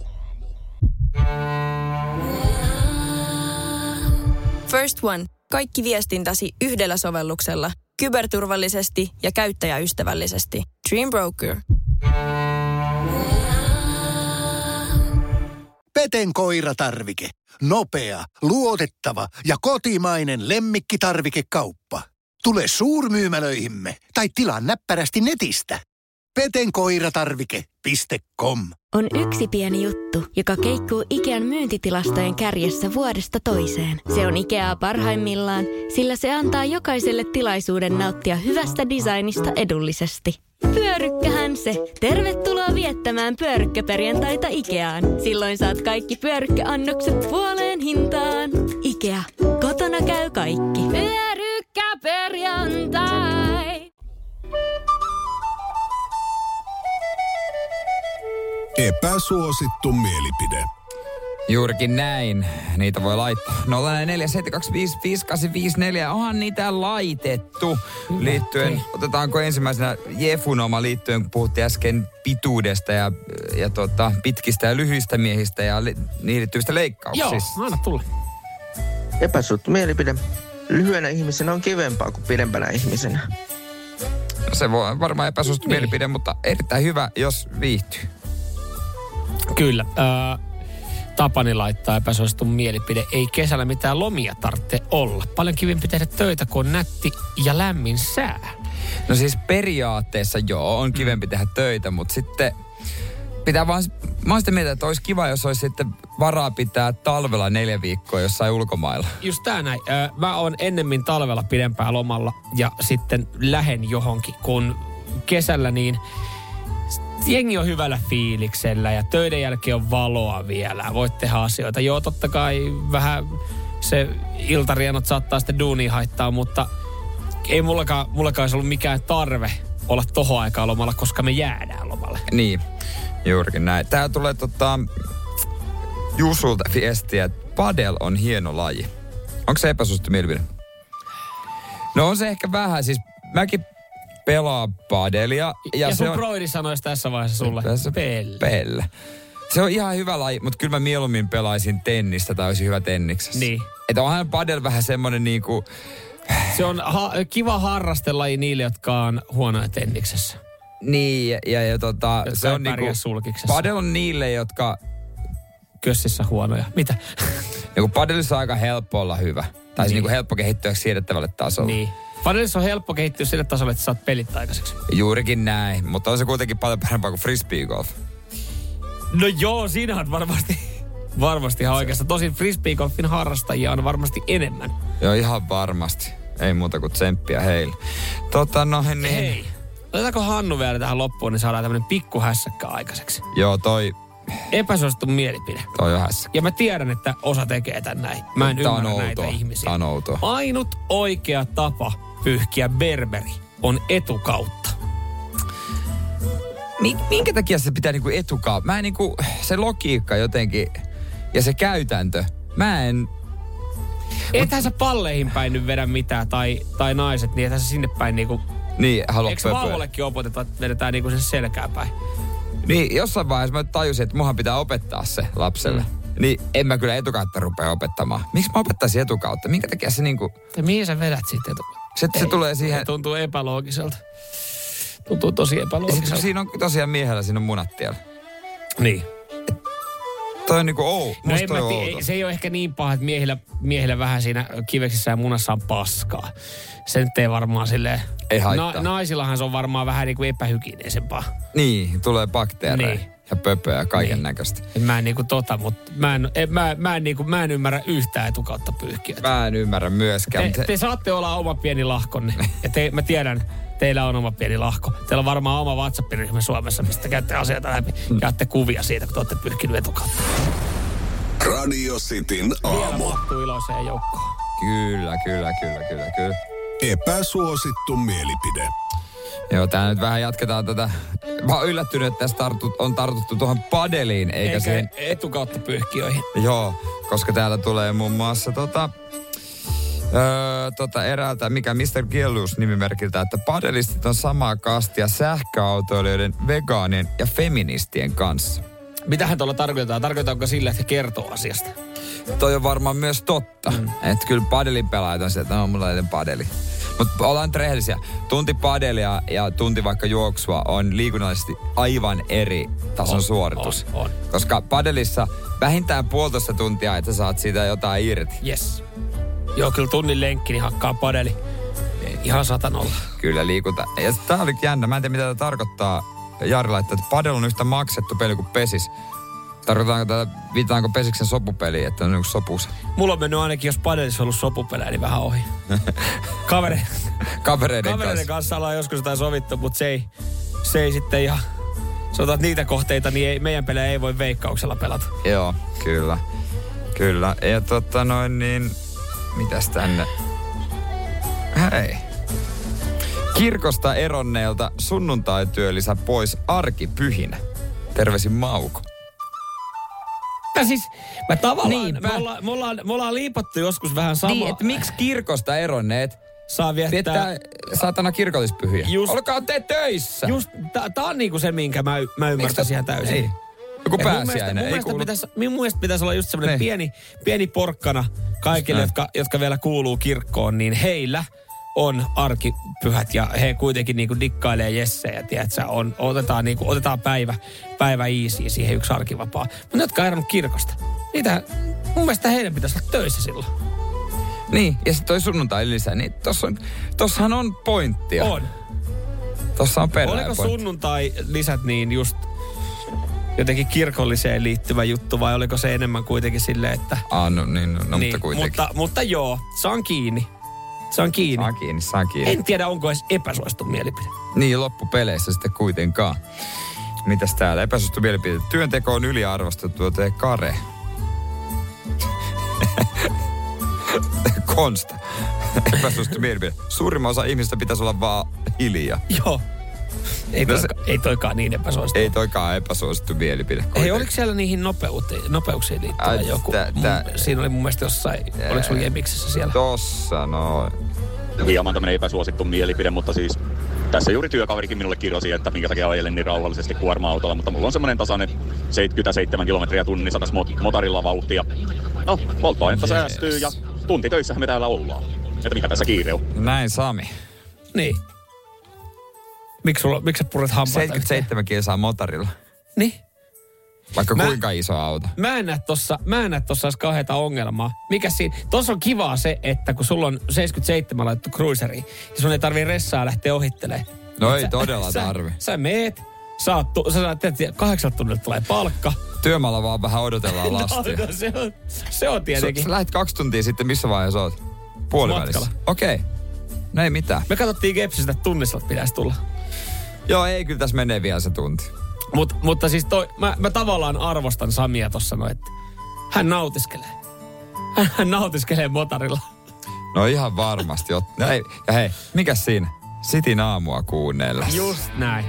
First One. Kaikki viestintäsi yhdellä sovelluksella. Kyberturvallisesti ja käyttäjäystävällisesti. Dream Broker. Peten koiratarvike. Nopea, luotettava ja kotimainen lemmikkitarvikekauppa. Tule suurmyymälöihimme tai tilaa näppärästi netistä. petenkoiratarvike.com. On yksi pieni juttu, joka keikkuu Ikean myyntitilastojen kärjessä vuodesta toiseen. Se on Ikeaa parhaimmillaan, sillä se antaa jokaiselle tilaisuuden nauttia hyvästä designista edullisesti. Pyörykkähän se. Tervetuloa viettämään pyörykkäperjantaita Ikeaan. Silloin saat kaikki pyörykkäannokset puoleen hintaan. Ikea. Kotona käy kaikki. Pyörykkäperjantai. Epäsuosittu mielipide. Juurikin näin. Niitä voi laittaa. 047255854. Onhan niitä laitettu. Liittyen, otetaanko ensimmäisenä Jefunoma liittyen, kun puhuttiin äsken pituudesta ja pitkistä ja lyhyistä miehistä ja niihin liittyvistä leikkauksista. Joo, anna tulla. Epäsuosittu mielipide. Lyhyenä ihmisenä on kivempaa kuin pidempänä ihmisenä. No se voi varmaan epäsuosittu mielipide, mutta erittäin hyvä, jos viihtyy. Kyllä. Tapani laittaa epäsuosittu mielipide. Ei kesällä mitään lomia tarvitse olla. Paljon kivempi tehdä töitä, kun on nätti ja lämmin sää. No siis periaatteessa on kivempi tehdä töitä, mutta sitten pitää vaan... Mä oon sitä mieltä, että olisi kiva, jos olisi sitten varaa pitää talvella 4 viikkoa jossain ulkomailla. Just tää näin. Mä oon ennemmin talvella pidempään lomalla ja sitten lähen johonkin, kun kesällä niin... Jengi on hyvällä fiiliksellä ja töiden jälkeen on valoa vielä. Voit tehdä asioita. Joo, totta kai vähän se iltarienot saattaa sitten duunia haittaa, mutta ei mullakaan olisi ollut mikään tarve olla tohon aikaan lomalla, koska me jäädään lomalle. Niin, juurikin näin. Tää tulee Jusulta viestiä, että padel on hieno laji. Onko se epäsuosittu mielipide? No on se ehkä vähän, siis mäkin pelaa padelia. Ja sun broidi sanoisi tässä vaiheessa sulle. Pelle. Se on ihan hyvä laji, mutta kyllä mä mieluummin pelaisin tennistä tai olisi hyvä tenniksessä. Niin. Että onhan padel vähän semmonen niinku... Se on kiva harrastelaji niille, jotka on huonoja tenniksessä. Niin, ja se on niinku... Padel on niille, jotka... Kössissä huonoja. Mitä? Niinku padelissa on aika helppo olla hyvä. Tai niin. Niinku helppo kehittyä siedettävälle tasolle. Niin. Padelissa on helppo kehittyä sille tasolle, että saat pelit aikaiseksi. Juurikin näin, mutta on se kuitenkin paljon parempaa kuin frisbeegolf. No joo, siinä on varmasti ihan oikeassa. Tosin frisbeegolfin harrastajia on varmasti enemmän. Joo, ihan varmasti. Ei muuta kuin tsemppiä heille. Hei, otetaanko Hannu vielä tähän loppuun, niin saadaan tämmönen pikkuhässäkkä aikaiseksi. Joo, toi... Epäsuosittu mielipide. Toi on hässäkkä. Ja mä tiedän, että osa tekee tän näin. Mä en ymmärrä näitä ihmisiä. Tää on outoa. Ainut oikea tapa pyyhkiä berberi on etukautta. Minkä takia se pitää niinku etukautta? Mä en niinku, se logiikka jotenkin ja se käytäntö, mä en... Ethän sä palleihin päin nyt vedä mitään, tai naiset, niin ethän sä sinne päin niinku... Niin, haluat eikö vauvallekin opeteta, että vedetään niinku sen selkää päin? Niin, jossain vaiheessa mä tajusin, että munhan pitää opettaa se lapselle. Niin en mä kyllä etukautta rupea opettamaan. Miksi mä opettaisin etukautta? Minkä takia se niinku... Ja mihin sä vedät siitä etukautta? Se tulee siihen... Se tuntuu epäloogiselta. Tuntuu tosi epäloogiselta. Siinä on tosiaan miehellä, siinä on munat tiellä. Niin. Toi on niinku musta toi outo. Se ei ole ehkä niin paha, että miehillä vähän siinä kiveksissä ja munassa on paskaa. Se nyt ei varmaan silleen... Ei haittaa. Naisillahan se on varmaan vähän niinku epähygienisempaa. Niin, tulee bakteereja ja pöpöä ja kaiken näköistä. Mä en niinku mutta mä en ymmärrä yhtään etukautta pyyhkiöitä. Mä en ymmärrä myöskään. Te saatte olla oma pieni lahkonne. Ja mä tiedän, teillä on oma pieni lahko. Teillä on varmaan oma WhatsApp-ryhmä Suomessa, mistä käytte asioita läpi. Jaatte kuvia siitä, kun te olette pyyhkinyt etukautta. Radio Cityn aamu. Vielä mahtuu iloiseen joukkoon. Kyllä. Epäsuosittu mielipide. Joo, tää nyt vähän jatketaan tätä. Mä oon yllättynyt, että tässä on tartuttu tuohon padeliin, eikä siihen... etukautta pyyhkiöihin. Joo, koska täällä tulee muun muassa eräältä, mikä Mr. Gellus nimimerkiltä, että padelistit on samaa kastia sähköautoilijoiden, vegaanien ja feministien kanssa. Mitähän tuolla tarkoitetaan? Tarkoitaanko sillä, että he kertoo asiasta? Toi on varmaan myös totta. Että kyllä padelin pelaajat on sieltä, no mulla ei padeli. Mutta ollaan nyt rehellisiä. Tunti padelia ja tunti vaikka juoksua on liikunnallisesti aivan eri tason suoritus. On. Koska padelissa vähintään 1,5 tuntia, että saat siitä jotain irti. Yes. Joo, kyllä tunnin lenkki, niin hakkaa padeli. Ihan 100. Kyllä liikunta. Ja tää oli jännä. Mä en tiedä, mitä tämä tarkoittaa. Jari laittaa, että padel on yhtä maksettu peli kuin pesis. Viitaanko pesiksen sopupeliin, että on niinku sopuus? Mulla on mennyt ainakin, jos padelissa on ollut sopupelejä, niin vähän ohi. Kavereiden kanssa ollaan joskus jotain sovittu, mutta se ei sitten ihan... Sanotaan, että niitä kohteita, niin meidän pelejä ei voi Veikkauksella pelata. Joo, kyllä. Ja mitäs tänne? Hei. Kirkosta eronneelta sunnuntaityölisä pois arkipyhinä. Terveisin Mauko. Mä tavallaan, me ollaan liipattu joskus vähän samaa. Niin, että miksi kirkosta eronneet saa viettää saatana kirkollispyhiä? Olkaa te töissä. Tää on niinku se, minkä mä ymmärtäisin ihan täysin. Ei. Joku pääsiäinen. Mun mielestä pitäisi olla just semmoinen pieni porkkana kaikille, jotka vielä kuuluu kirkkoon, niin heillä on arkipyhät ja he kuitenkin niinku dikkailee jessejä, tiedätkö, otetaan päivä easy siihen yksi arkivapaa. Mutta ne, jotka on eronnut kirkosta, mun mielestä heidän pitäisi olla töissä silloin. Niin, ja sitten toi sunnuntai lisää, niin tossahan on pointtia. On. Tossa on perää oliko pointti. sunnuntai lisät niin just jotenkin kirkolliseen liittyvä juttu, vai oliko se enemmän kuitenkin silleen, että... mutta kuitenkin. Mutta joo, se on kiinni. Saan kiinni. En tiedä, onko edes epäsuosittu mielipide. Niin, loppupeleissä sitten kuitenkaan. Mitäs täällä? Epäsuosittu mielipide. Työnteko on yliarvostettua, tee kare. Konsta. Epäsuosittu mielipide. Suurimman osa ihmistä pitäisi olla vaan hiljaa. Joo. Ei toikaan niin epäsuosittu. Ei toikaan epäsuosittu mielipide. Ei, oliko siellä niihin nopeuksiin liittyvä joku? Siinä oli mun mielestä jossain, oliko sulla Jemiksessä siellä? Tossa noin. Hieman tämmöinen epäsuosittu mielipide, mutta siis tässä juuri työkaverikin minulle kirjosi, että minkä takia ajelen niin rauhallisesti kuorma-autolla, mutta mulla on semmoinen tasainen 77 kilometriä tunnissa tässä motorilla vauhtia. No, polttoainetta säästyy ja tunti töissähän me täällä ollaan. Että mikä tässä kiire on. Näin Sami. Niin. Miksi sä puret hampaita? 77 kilsaa motorilla. Niin. Vaikka kuinka iso auto. Mä en näe tossa edes kauheata ongelmaa. Mikä siinä? Tossa on kivaa se, että kun sulla on 77 laittu cruiseriin, ja sun ei tarvii ressaa lähteä ohittelemaan. No ei todella tarvi. Sä meet, sä saat 8 tunnilta tulee palkka. Työmaalla vaan vähän odotellaan lastia. No, se on tietenkin. Sä lähdet 2 tuntia sitten, missä vaiheessa oot? Puolivälissä. Okei. No ei mitään. Me katsottiin Gepsistä, että tunnissa pitäisi tulla. Joo, ei, kyllä tässä menee vielä se tunti. Mutta siis mä tavallaan arvostan Samia tossa noin, että hän nautiskelee. Hän nautiskelee motorilla. No ihan varmasti. Ja hei, mikäs siinä? Cityn aamua kuunnellessa. Just näin.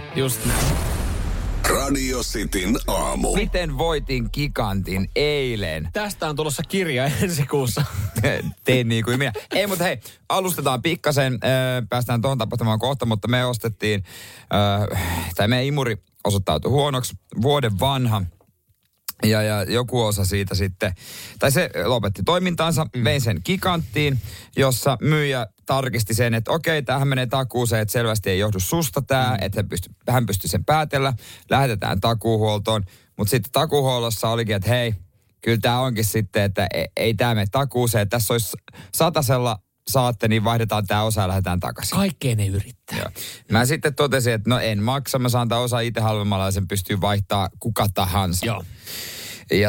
Radio Cityn aamu. Miten voitin gigantin eilen? Tästä on tulossa kirja ensi kuussa. Tein niin kuin minä. Ei, mutta hei, alustetaan pikkasen. Päästään tuohon tapahtumaan kohta, mutta me ostettiin, tai meidän imuri osoittautui huonoksi. Vuoden vanha Ja joku osa siitä sitten, tai se lopetti toimintaansa, vein sen Giganttiin, jossa myyjä tarkisti sen, että okei, tämähän menee takuuseen, että selvästi ei johdu susta tämä, että hän pystyi sen päätellä, lähetetään takuuhuoltoon, mutta sitten takuuhuollossa olikin, että hei, kyllä tämä onkin sitten, että ei tämä mene takuuseen, tässä olisi 100 saatte, niin vaihdetaan tämä osa ja lähdetään takaisin. Kaikkeen ne yrittää. Joo. Mä sitten totesin, että no en maksa, mä saan tämän osa itse halvemmalla ja sen pystyy vaihtaa kuka tahansa. Joo. Ja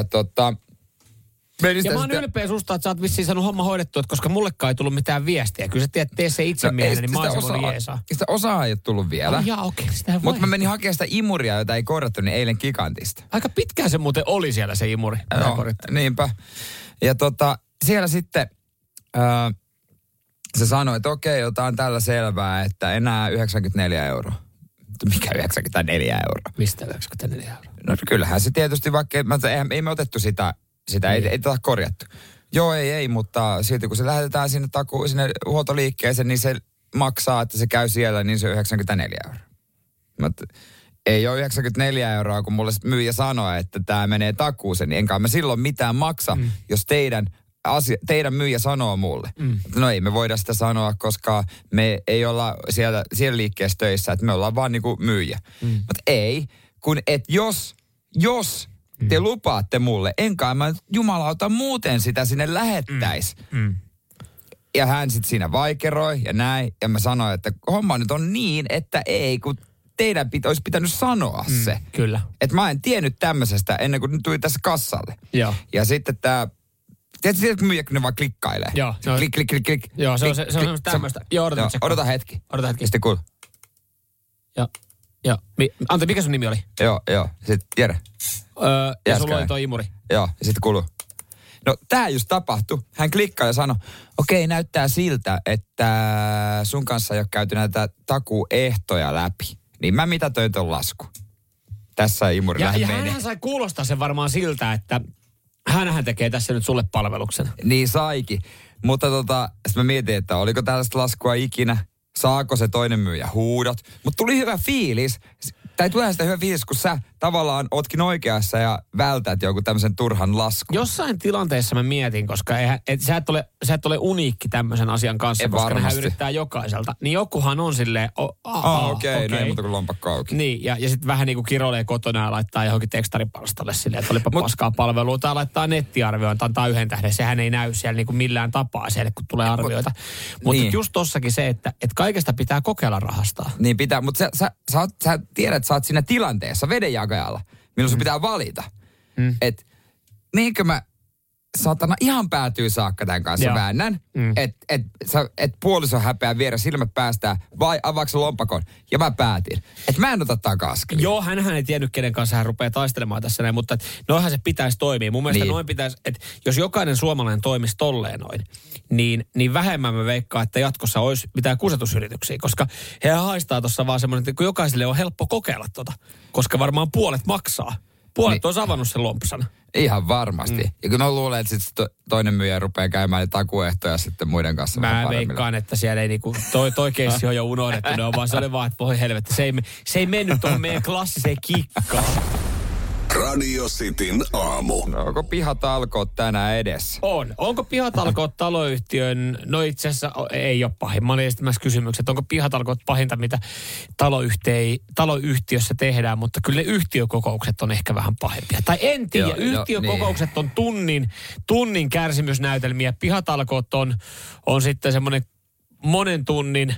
mä oon ylpeä susta, että sä oot vissiin saanut homma hoidettua, koska mullekaan ei tullut mitään viestiä. Kyllä sä tiedät, tee se itse miehenä, niin mä oon voinut jeesaa. Sitä osaa ei ole tullut vielä. Okei. Mutta mä menin hakemaan sitä imuria, jota ei korjattu, niin eilen Gigantista. Aika pitkään se muuten oli siellä se imuri. Joo, niinpä. Ja siellä sitten se sanoi, että okei, otan tällä selvää, että enää 94 €. Mikä 94 €? Mistä 94 €? No kyllähän se tietysti, vaikka ei me otettu sitä ei tätä korjattu. Joo, ei, mutta silti kun se lähetetään sinne huoltoliikkeeseen, niin se maksaa, että se käy siellä, niin se on 94 €. Mutta ei ole 94 €, kun mulle myyjä sanoi, että tämä menee takuuseen, niin enkä mä silloin mitään maksa, jos teidän myyjä sanoo mulle. No ei me voida sitä sanoa, koska me ei olla siellä liikkeessä töissä, että me ollaan vaan niinku myyjä. Mutta ei, kun jos te lupaatte mulle, enkä mä jumalauta muuten sitä sinne lähettäisi. Ja hän sitten siinä vaikeroi ja näin. Ja mä sanoin, että homma nyt on niin, että ei, kun teidän olisi pitänyt sanoa se. Kyllä. Että mä en tiennyt tämmöisestä ennen kuin tuli tässä kassalle. Joo. Ja sitten tiedätkö, kun myyjä, kun ne vaan klikkailee? Joo. Klik. Joo, se on semmoista tämmöistä. Joo, odota hetki. Sitten kuulu. Joo. Antti, mikä sun nimi oli? Joo. Sitten Jere. Ja sulla oli toi imuri. Joo, ja sitten kuuluu. No tää just tapahtui. Hän klikkaa ja sanoi, okei, näyttää siltä, että sun kanssa ei ole käyty näitä takuehtoja läpi. Niin mä mitätöin ton lasku. Tässä imuri ja hänhän sai kuulostaa sen varmaan siltä, että hänhän tekee tässä nyt sulle palveluksen. Niin saikin. Mutta sitten mä mietin, että oliko tällaista laskua ikinä. Saako se toinen myyjä huudot. Mutta tuli hyvä fiilis. Tai tulee sitä hyvä fiilis, kun sä tavallaan ootkin oikeassa ja vältät joku tämmöisen turhan laskun. Jossain tilanteessa mä mietin, koska sä et ole uniikki tämmöisen asian kanssa, koska nehän yrittää jokaiselta. Niin jokuhan on silleen, okei. No ei muuta kuin lompakko auki. Niin, ja sitten vähän niin kuin kiroilee kotona ja laittaa johonkin tekstaripalstalle silleen, että olipa paskaa palvelua. Tai laittaa nettiarvioon, tai antaa 1 tähden. Sehän ei näy siellä niin kuin millään tapaa siellä, kun tulee arvioita. Mutta niin. Just tossakin se, että kaikesta pitää kokeilla rahastaa. Niin pitää, mutta sä tiedät, että sä oot siinä tilanteessa vedenjakajalla, milloin sun pitää valita. Että niinkö mä saatana ihan päätyy saakka tämän kanssa väännän, että puoliso häpeää viedä silmät päästään vai avaako lompakon. Ja mä päätin, että mä en ota taka-askelia. Joo, hänhän ei tiennyt, kenen kanssa hän rupeaa taistelemaan tässä näin, mutta noinhan se pitäisi toimia. Mun mielestä noin pitäisi, että jos jokainen suomalainen toimisi tolleen noin, niin vähemmän mä veikkaan, että jatkossa olisi mitään kusetusyrityksiä, koska he haistaa tuossa vaan semmoinen, että kun jokaiselle on helppo kokeilla koska varmaan puolet maksaa. Puolet olisi avannut sen lompsan. Ihan varmasti. Ja kun mä luulen, että sitten toinen myyjä rupeaa käymään takuehtoja sitten muiden kanssa. Mä veikkaan, että siellä ei niinku, toi keissi on jo unohdettu. Vaan se oli vaan, että voi helvetti. Se ei mennyt tuohon meidän klassiseen kikkaan. Radio Cityn aamu. No, onko pihatalkoot tänään edessä? On. Onko pihatalkoot taloyhtiön, no itse asiassa ei ole pahin. Mä olin esittämässä kysymykset, että onko pihatalkoot pahinta, mitä taloyhtiössä tehdään, mutta kyllä ne yhtiökokoukset on ehkä vähän pahempia. Tai en tiedä, yhtiökokoukset on tunnin kärsimysnäytelmiä. Pihatalkoot on sitten semmoinen monen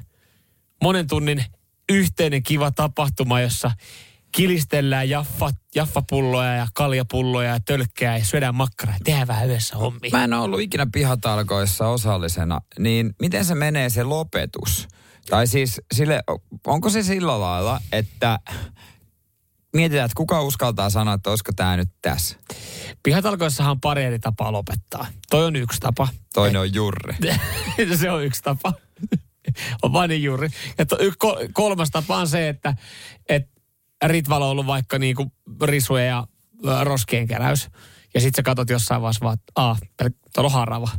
tunnin yhteinen kiva tapahtuma, jossa kilistellään jaffapulloja ja kaljapulloja ja tölkkää ja syödään makkaraa ja tehdään vähän yhdessä hommia. Mä en ole ollut ikinä pihatalkoissa osallisena, niin miten se menee se lopetus? Tai siis onko se sillä lailla, että mietitään, että kuka uskaltaa sanoa, että olisiko tämä nyt tässä? Pihatalkoissahan on pari eri tapaa lopettaa. Toi on yksi tapa. Toinen on jurri. Se on yksi tapa. On vain jurri. Ja kolmas tapa on se, että Ritvalla on ollut vaikka niinku risuja ja roskien keräys. Ja sit sä katot jossain vaiheessa vaan, että tuolla on harava.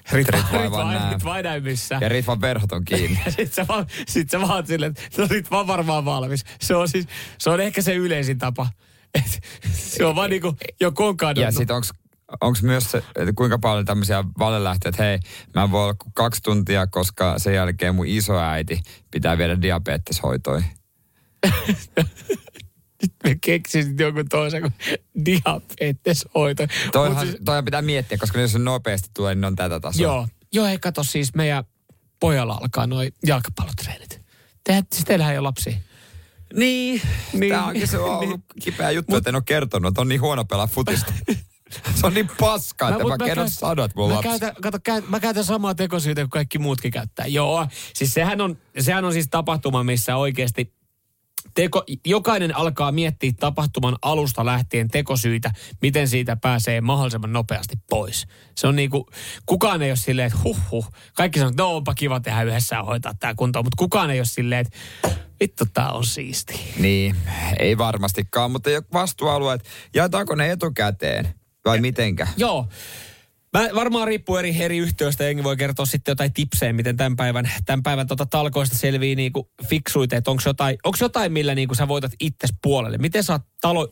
Ritva ei näy missään. Ja Ritvan verhot on kiinni. Ja sit sä vaan silleen, että Ritva on varmaan valmis. Se on ehkä se yleisin tapa. Se on vaan niinku jo konkadonnut. Ja sit onko myös se, että kuinka paljon tämmöisiä valelähtöjä, että hei, mä en voi olla kuin 2 tuntia, koska sen jälkeen mun isoäiti pitää viedä diabeteshoitoihin. Nyt me keksin jonkun toisen kuin diabeteshoito. Toihan pitää miettiä, koska jos se nopeasti tulee, niin on tätä tasoa. Joo, hei kato siis meidän pojalla alkaa noi jalkapallotreenit. Teillähän ei ole lapsia. Niin. Tää onkin se ollut kipeä juttu, että en ole kertonut, että on niin huono pelaa futista. Se on niin paskaa, että mä kerron sanoa, että mun lapsi. Mä käytän samaa tekosyytä kuin kaikki muutkin käyttää. Joo, siis sehän on siis tapahtuma, missä oikeasti jokainen alkaa miettiä tapahtuman alusta lähtien tekosyitä, miten siitä pääsee mahdollisimman nopeasti pois. Se on niinku, kukaan ei ole silleen, että kaikki sanoo, että no onpa kiva tehdä yhdessä ja hoitaa tää kuntoon, mutta kukaan ei ole silleen, että vittu tää on siistiä. Niin, ei varmastikaan, mutta vastuualueet, jaetaanko ne etukäteen vai mitenkä? Joo. Varmaan riippuu eri yhtiöistä. Jengi voi kertoa sitten jotain tipsejä, miten tämän päivän talkoista selvii niinku fiksuita. Että onko jotain, millä niinku sä voitat itses puolelle? Miten sä oot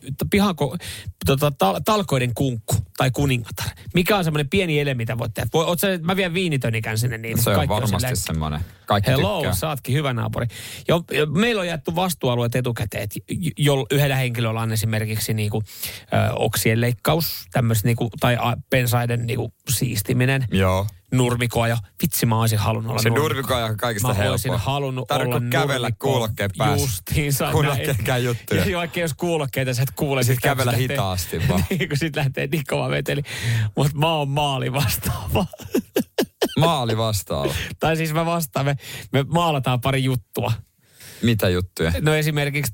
talkoiden kunkku tai kuningatar? Mikä on semmoinen pieni ele, mitä voit tehdä? Mä vien viinitönikän sinne niin. Se on varmasti semmoinen. Kaikki tykkää. Sä ootkin hyvä naapuri. Meillä on jaettu vastuualueet etukäteen. Yhdellä henkilöllä on esimerkiksi niinku, oksien leikkaus, tämmöistä niinku, tai pensaiden niinku, siistiminen. Joo. Nurmikoaja. Vitsi, mä olisin halunnut olla nurmikoaja on kaikista helppoa. Mä olisin halunnut olla nurmikoaja. Kävellä kuulokkeen päässä. Justiinsa. Kuulokkeen juttuja. Ja vaikka jos kuulokkeita, sä et kuule. Sitten kävellä hitaasti vaan. Niin, kun sit lähtee niin kova veteli. Mutta mä oon maali vastaava. Maali vastaava? Tai siis mä vastaan. Me maalataan pari juttua. Mitä juttuja? No esimerkiksi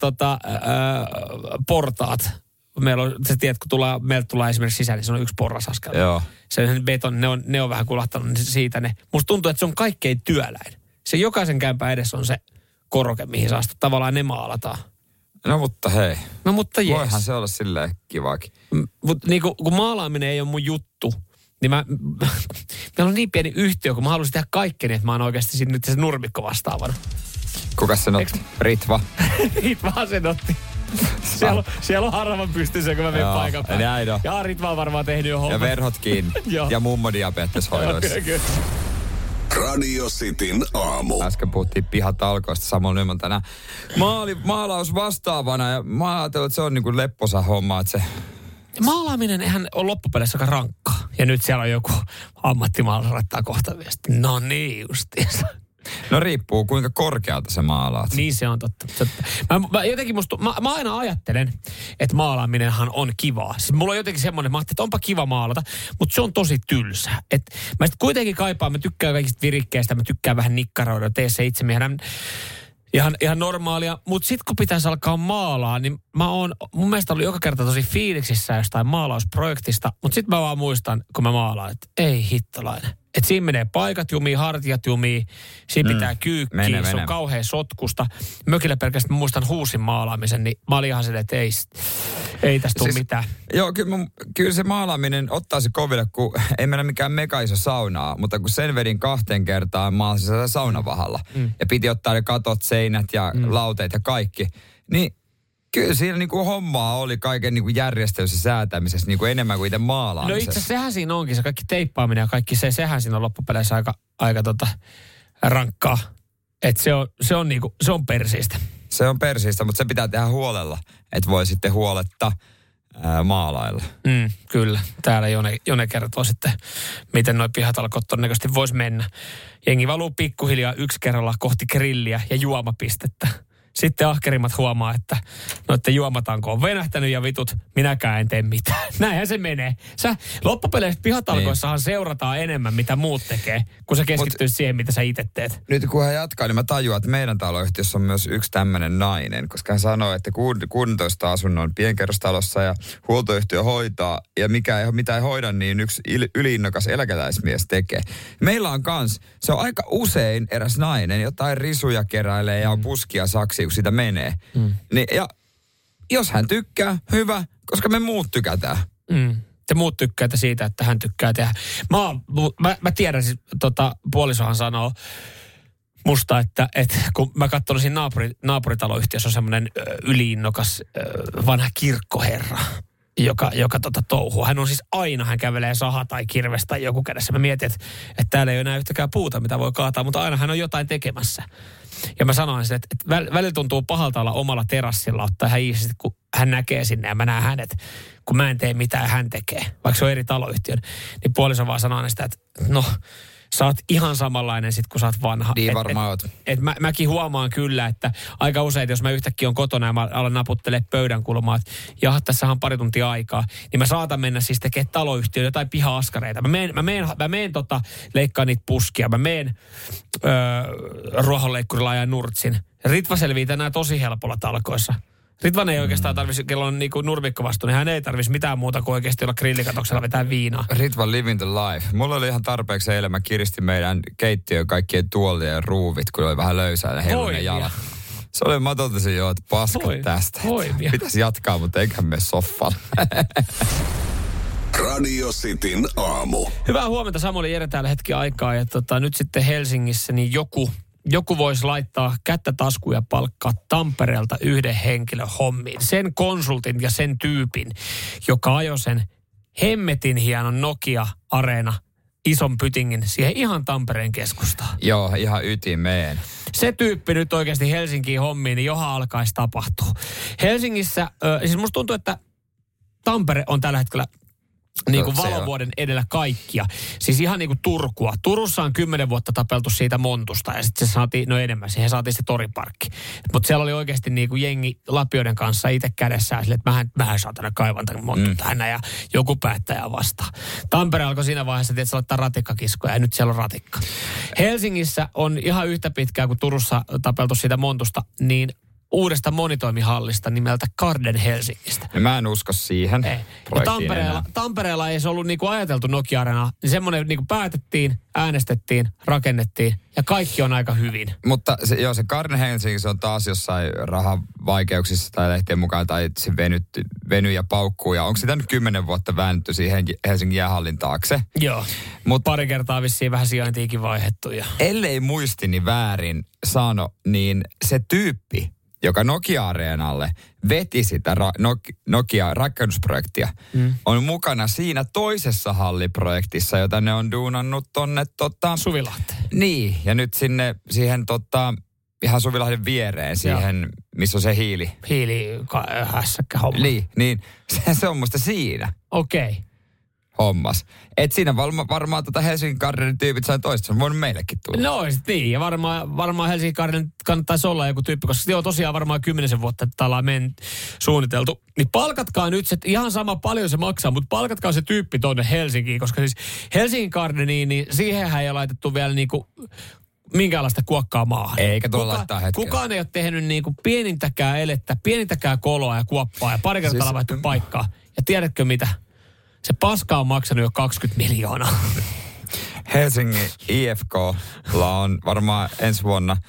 portaat. Meillä on, sä tiedät, kun meiltä tulee esimerkiksi sisään, niin se on 1 porrasaskel. Joo. Se beton, ne on vähän kulahtanut niin siitä ne. Musta tuntuu, että se on kaikkein työläin. Se jokaisen kämpän edessä on se koroke, mihin saa tavallaan ne maalataan. No mutta hei. No mutta jees. Voihan se olla silleen kivaakin. Mutta niin kun maalaaminen ei ole mun juttu, niin meillä on niin pieni yhtiö, kun mä haluaisin tehdä kaikkeni, että mä oon oikeasti nyt se nurmikko vastaavana. Kukas sen otti? Ritva. Ritva sen otti. Siellä on harvan pystyssä, kun mä menen paikan päälle. Näin on. Ja Ritva on varmaan tehnyt jo homma. Ja verhot kiinni. Ja mummo diabeteshoidoissa. Radio Cityn aamu. Äsken puhuttiin pihatalkoista samalla nyt tänään. Maalaus vastaavana ja mä ajattelin, että se on niin kuin lepposa homma. Että se... Maalaaminen on loppupeleissä aika rankkaa. Ja nyt siellä on joku ammattimaalari laittaa kohta viesti. No niin justiinsa. No riippuu, kuinka korkealta sä maalaat. Niin se on totta. Mä jotenkin mä aina ajattelen, että maalaaminenhan on kivaa. Siis mulla on jotenkin semmoinen, mä ajattelin, että onpa kiva maalata, mutta se on tosi tylsää. Mä sitten kuitenkin kaipaan, mä tykkään kaikista virikkeistä, mä tykkään vähän nikkaroida, tee se itse ihan normaalia. Mutta sitten kun pitäisi alkaa maalaa, niin mun mielestä oli joka kerta tosi fiiliksissä jostain maalausprojektista, mutta sitten mä vaan muistan, kun mä maalaan, että ei hittolainen. Että siinä menee paikat jumii, hartiat jumii, siinä pitää kyykkiä, se on kauhean sotkusta. Mökillä pelkästään mä muistan huusin maalaamisen, niin mä olin ihan silleen, että ei tästä tule mitään. Joo, kyllä se maalaaminen ottaa se koville, kun ei mennä mikään mega iso saunaa, mutta kun sen vedin 2 kertaa maalasin saunavahalla ja piti ottaa ne katot, seinät ja lauteet ja kaikki, niin kyllä siinä niinku hommaa oli kaiken niinku järjestelyssä ja säätämisessä niinku enemmän kuin itse maalaamisessa. No itse asiassa sehän siinä onkin, se kaikki teippaaminen ja kaikki sehän siinä on loppupeleissä aika rankkaa. Että se on persiistä. Se on persiistä, mutta se pitää tehdä huolella, että voi sitten huoletta maalailla. Kyllä. Täällä Jone kertoo sitten, miten noi pihatalkot todennäköisesti vois mennä. Jengi valuu pikkuhiljaa 1 kerralla kohti grilliä ja juomapistettä. Sitten ahkerimmat huomaa, että noitten juomatanko on venähtänyt ja vitut, minäkään en tee mitään. Näinhän se menee. Loppupeleissä pihatalkoissahan seurataan enemmän, mitä muut tekee, kun sä keskittyy siihen, mitä sä itse teet. Nyt kun hän jatkaa, niin mä tajuan, että meidän taloyhtiössä on myös yksi tämmöinen nainen, koska hän sanoi, että 16 asunnon pienkerrostalossa ja huoltoyhtiö hoitaa, ja mitä ei hoida, niin yksi yliinnokas eläkeläismies tekee. Meillä on kans, se on aika usein eräs nainen, jotain risuja keräilee ja puskia saksi, kun sitä menee. Niin, ja jos hän tykkää, hyvä, koska me muut tykätään. Te muut tykkäätte siitä, että hän tykkää tehdä. Mä tiedän, siis puolisohan sanoo musta, että kun mä katson siinä naapuritaloyhtiössä on semmoinen yliinnokas vanha kirkkoherra, joka touhuu. Hän on siis aina, hän kävelee saha tai kirves tai joku kädessä. Mä mietin, että täällä ei ole enää yhtäkään puuta, mitä voi kaataa, mutta aina hän on jotain tekemässä. Ja mä sanoin sille, että välillä tuntuu pahalta olla omalla terassilla, ottaa ihan iisisti, kun hän näkee sinne ja mä näen hänet, kun mä en tee mitään hän tekee, vaikka se on eri taloyhtiön. Niin puoliso vaan sanoo sitä, että no, sä oot ihan samanlainen sit, kun sä oot vanha. Niin varmaan oot. Mäkin huomaan kyllä, että aika usein, jos mä yhtäkkiä on kotona ja mä alan naputtelemaan pöydän kulmaa, että jaha, tässä on pari tuntia aikaa, niin mä saatan mennä siis tekemään taloyhtiöön jotain piha-askareita. Mä meen leikkaan niitä puskia, mä meen ruohonleikkurilla ajan nurtsin. Ritva selvii tänään tosi helpolla talkoissa. Ritvan ei oikeastaan tarvitsisi, kello on niin kuin nurmikkovastu, niin hän ei tarvitsisi mitään muuta kuin oikeasti olla grillikatoksella vetää viinaa. Ritvan living the life. Mulla oli ihan tarpeeksi eilen, mä kiristin meidän keittiön kaikkien tuolien ja ruuvit, kun oli vähän löysää ja helunen jalat. Se oli, mä totesin jo, että paska tästä. Pitäisi jatkaa, mutta eikä mene soffalle. Radio Cityn aamu. Hyvää huomenta, Samuli Jere täällä hetki aikaa. Ja nyt sitten Helsingissä niin joku voisi laittaa kättä taskuun ja palkkaa Tampereelta yhden henkilön hommiin. Sen konsultin ja sen tyypin, joka ajoi sen hemmetin hienon Nokia-areena ison pytingin siihen ihan Tampereen keskustaan. Joo, ihan ytimeen. Se tyyppi nyt oikeasti Helsinkiin hommiin, niin johan alkaisi tapahtua. Helsingissä, siis musta tuntuu, että Tampere on tällä hetkellä niin kuin valovuoden edellä kaikkia. Siis ihan niin kuin Turkua. Turussa on 10 vuotta tapeltu siitä Montusta ja sitten se saatiin, no enemmän, siihen saatiin se toriparkki. Mutta siellä oli oikeasti niin kuin jengi lapioiden kanssa itse kädessään sille, että mähän saatana kaivan tämän Montu tänne ja joku päättäjä vastaan. Tampere alkoi siinä vaiheessa, että se laittaa ratikkakiskoja ja nyt siellä on ratikka. Helsingissä on ihan yhtä pitkää kuin Turussa tapeltu siitä Montusta, niin uudesta monitoimihallista nimeltä Garden Helsingistä. Ja mä en usko siihen. Ei. Ja Tampereella ei se ollut niinku ajateltu Nokia-arena, niin semmoinen niinku päätettiin, äänestettiin, rakennettiin ja kaikki on aika hyvin. Mutta se Garden Helsinki, se on taas jossain rahavaikeuksissa tai lehtien mukaan, tai se venyy ja paukkuu. Ja onko sitä nyt 10 vuotta väännetty siihen Helsingin jäähallin taakse? Joo. Pari kertaa vissiin vähän sijaintiikin vaihdettu. Ellei muistini väärin sano, niin se tyyppi, joka Nokia-areenalle veti sitä Nokia-rakennusprojektia, on mukana siinä toisessa halliprojektissa, jota ne on duunannut tonne Suvilahteen. Niin, ja nyt siihen ihan Suvilahden viereen, siihen, missä on se hiilihässäkkä homma. Niin se on musta siinä. Okei. Hommas. Et siinä varmaan Helsingin Gardenin tyypit sai toista, se on voinut meillekin tulla. No niin, ja varmaan Helsingin Garden kannattaisi olla joku tyyppi, koska se on tosiaan varmaan 10 vuotta, että täällä on suunniteltu. Niin palkatkaa nyt se, ihan sama paljon se maksaa, mutta palkatkaa se tyyppi tonne Helsinkiin, koska siis Helsingin Gardeniin, niin siihenhän ei ole laitettu vielä niinku minkäänlaista kuokkaa maahan. Eikä tuolla laittaa hetkellä. Kukaan ei ole tehnyt niinku pienintäkään elettä, pienintäkään koloa ja kuoppaa ja pari kertaa vaihtu paikkaa. Ja tiedätkö mitä? Se paska on maksanut jo 20 miljoonaa. Helsingin IFK:lla on varmaan ensi vuonna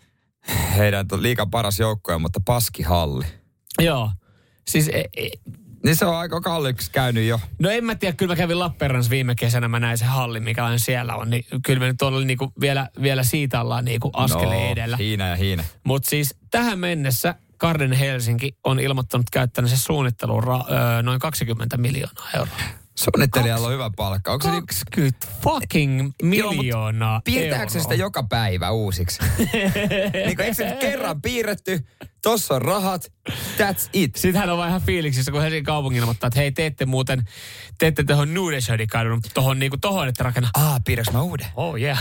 heidän liigan paras joukkue, mutta paskihalli. Joo. Siis niin se on aika kalliiksi käynyt jo. No en mä tiedä, kyllä mä kävin Lappeenrannassa viime kesänä, mä näin se halli, mikä siellä on. Niin kyllä me nyt oli niinku vielä siitä ollaan niinku askeleen edellä. Hiina. Mutta siis tähän mennessä Garden Helsinki on ilmoittanut käyttäneensä suunnitteluun noin 20 miljoonaa euroa. Suunnittelijalla on hyvä palkka. Onko 20 fucking miljoonaa piirtääkö se sitä joka päivä uusiksi? Niin eikö se kerran piirretty, tossa on rahat, that's it. Sitten hän on vähän fiiliksissä, kun Helsingin kaupungin ilmoittaa, että hei, teette tuohon Nudesödikadun, tohon, että rakenna. Piirräks mä uuden? Oh yeah,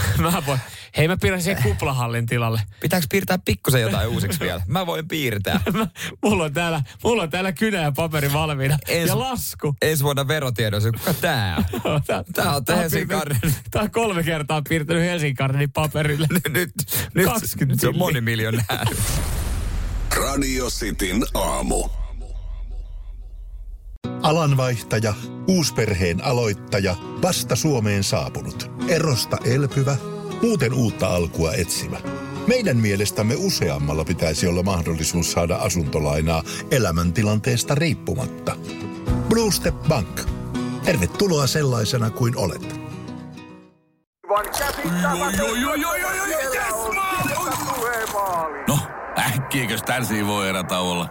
mä piirrän siihen kuplahallin tilalle. Pitääkö piirtää pikkusen jotain uusiksi vielä? Mä voin piirtää. mulla on täällä kynä ja paperi valmiina. Ja lasku. Ensi vuonna verotiedossa. Kuka tää on? Tää on Helsingin Garden. Tää on 3 kertaa piirtänyt Helsingin Gardenin paperille. Nyt se on monimiljonääri. Radio Cityn aamu. Alanvaihtaja, uusperheen aloittaja, vasta Suomeen saapunut, erosta elpyvä, muuten uutta alkua etsimä. Meidän mielestämme useammalla pitäisi olla mahdollisuus saada asuntolainaa elämäntilanteesta riippumatta. Blue Step Bank. Tervetuloa sellaisena kuin olet. Äkkiäkös tän voi erätauolla?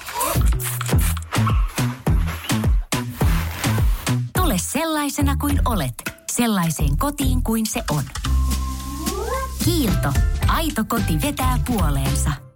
Tule sellaisena kuin olet, sellaiseen kotiin kuin se on. Kiilto. Aito koti vetää puoleensa.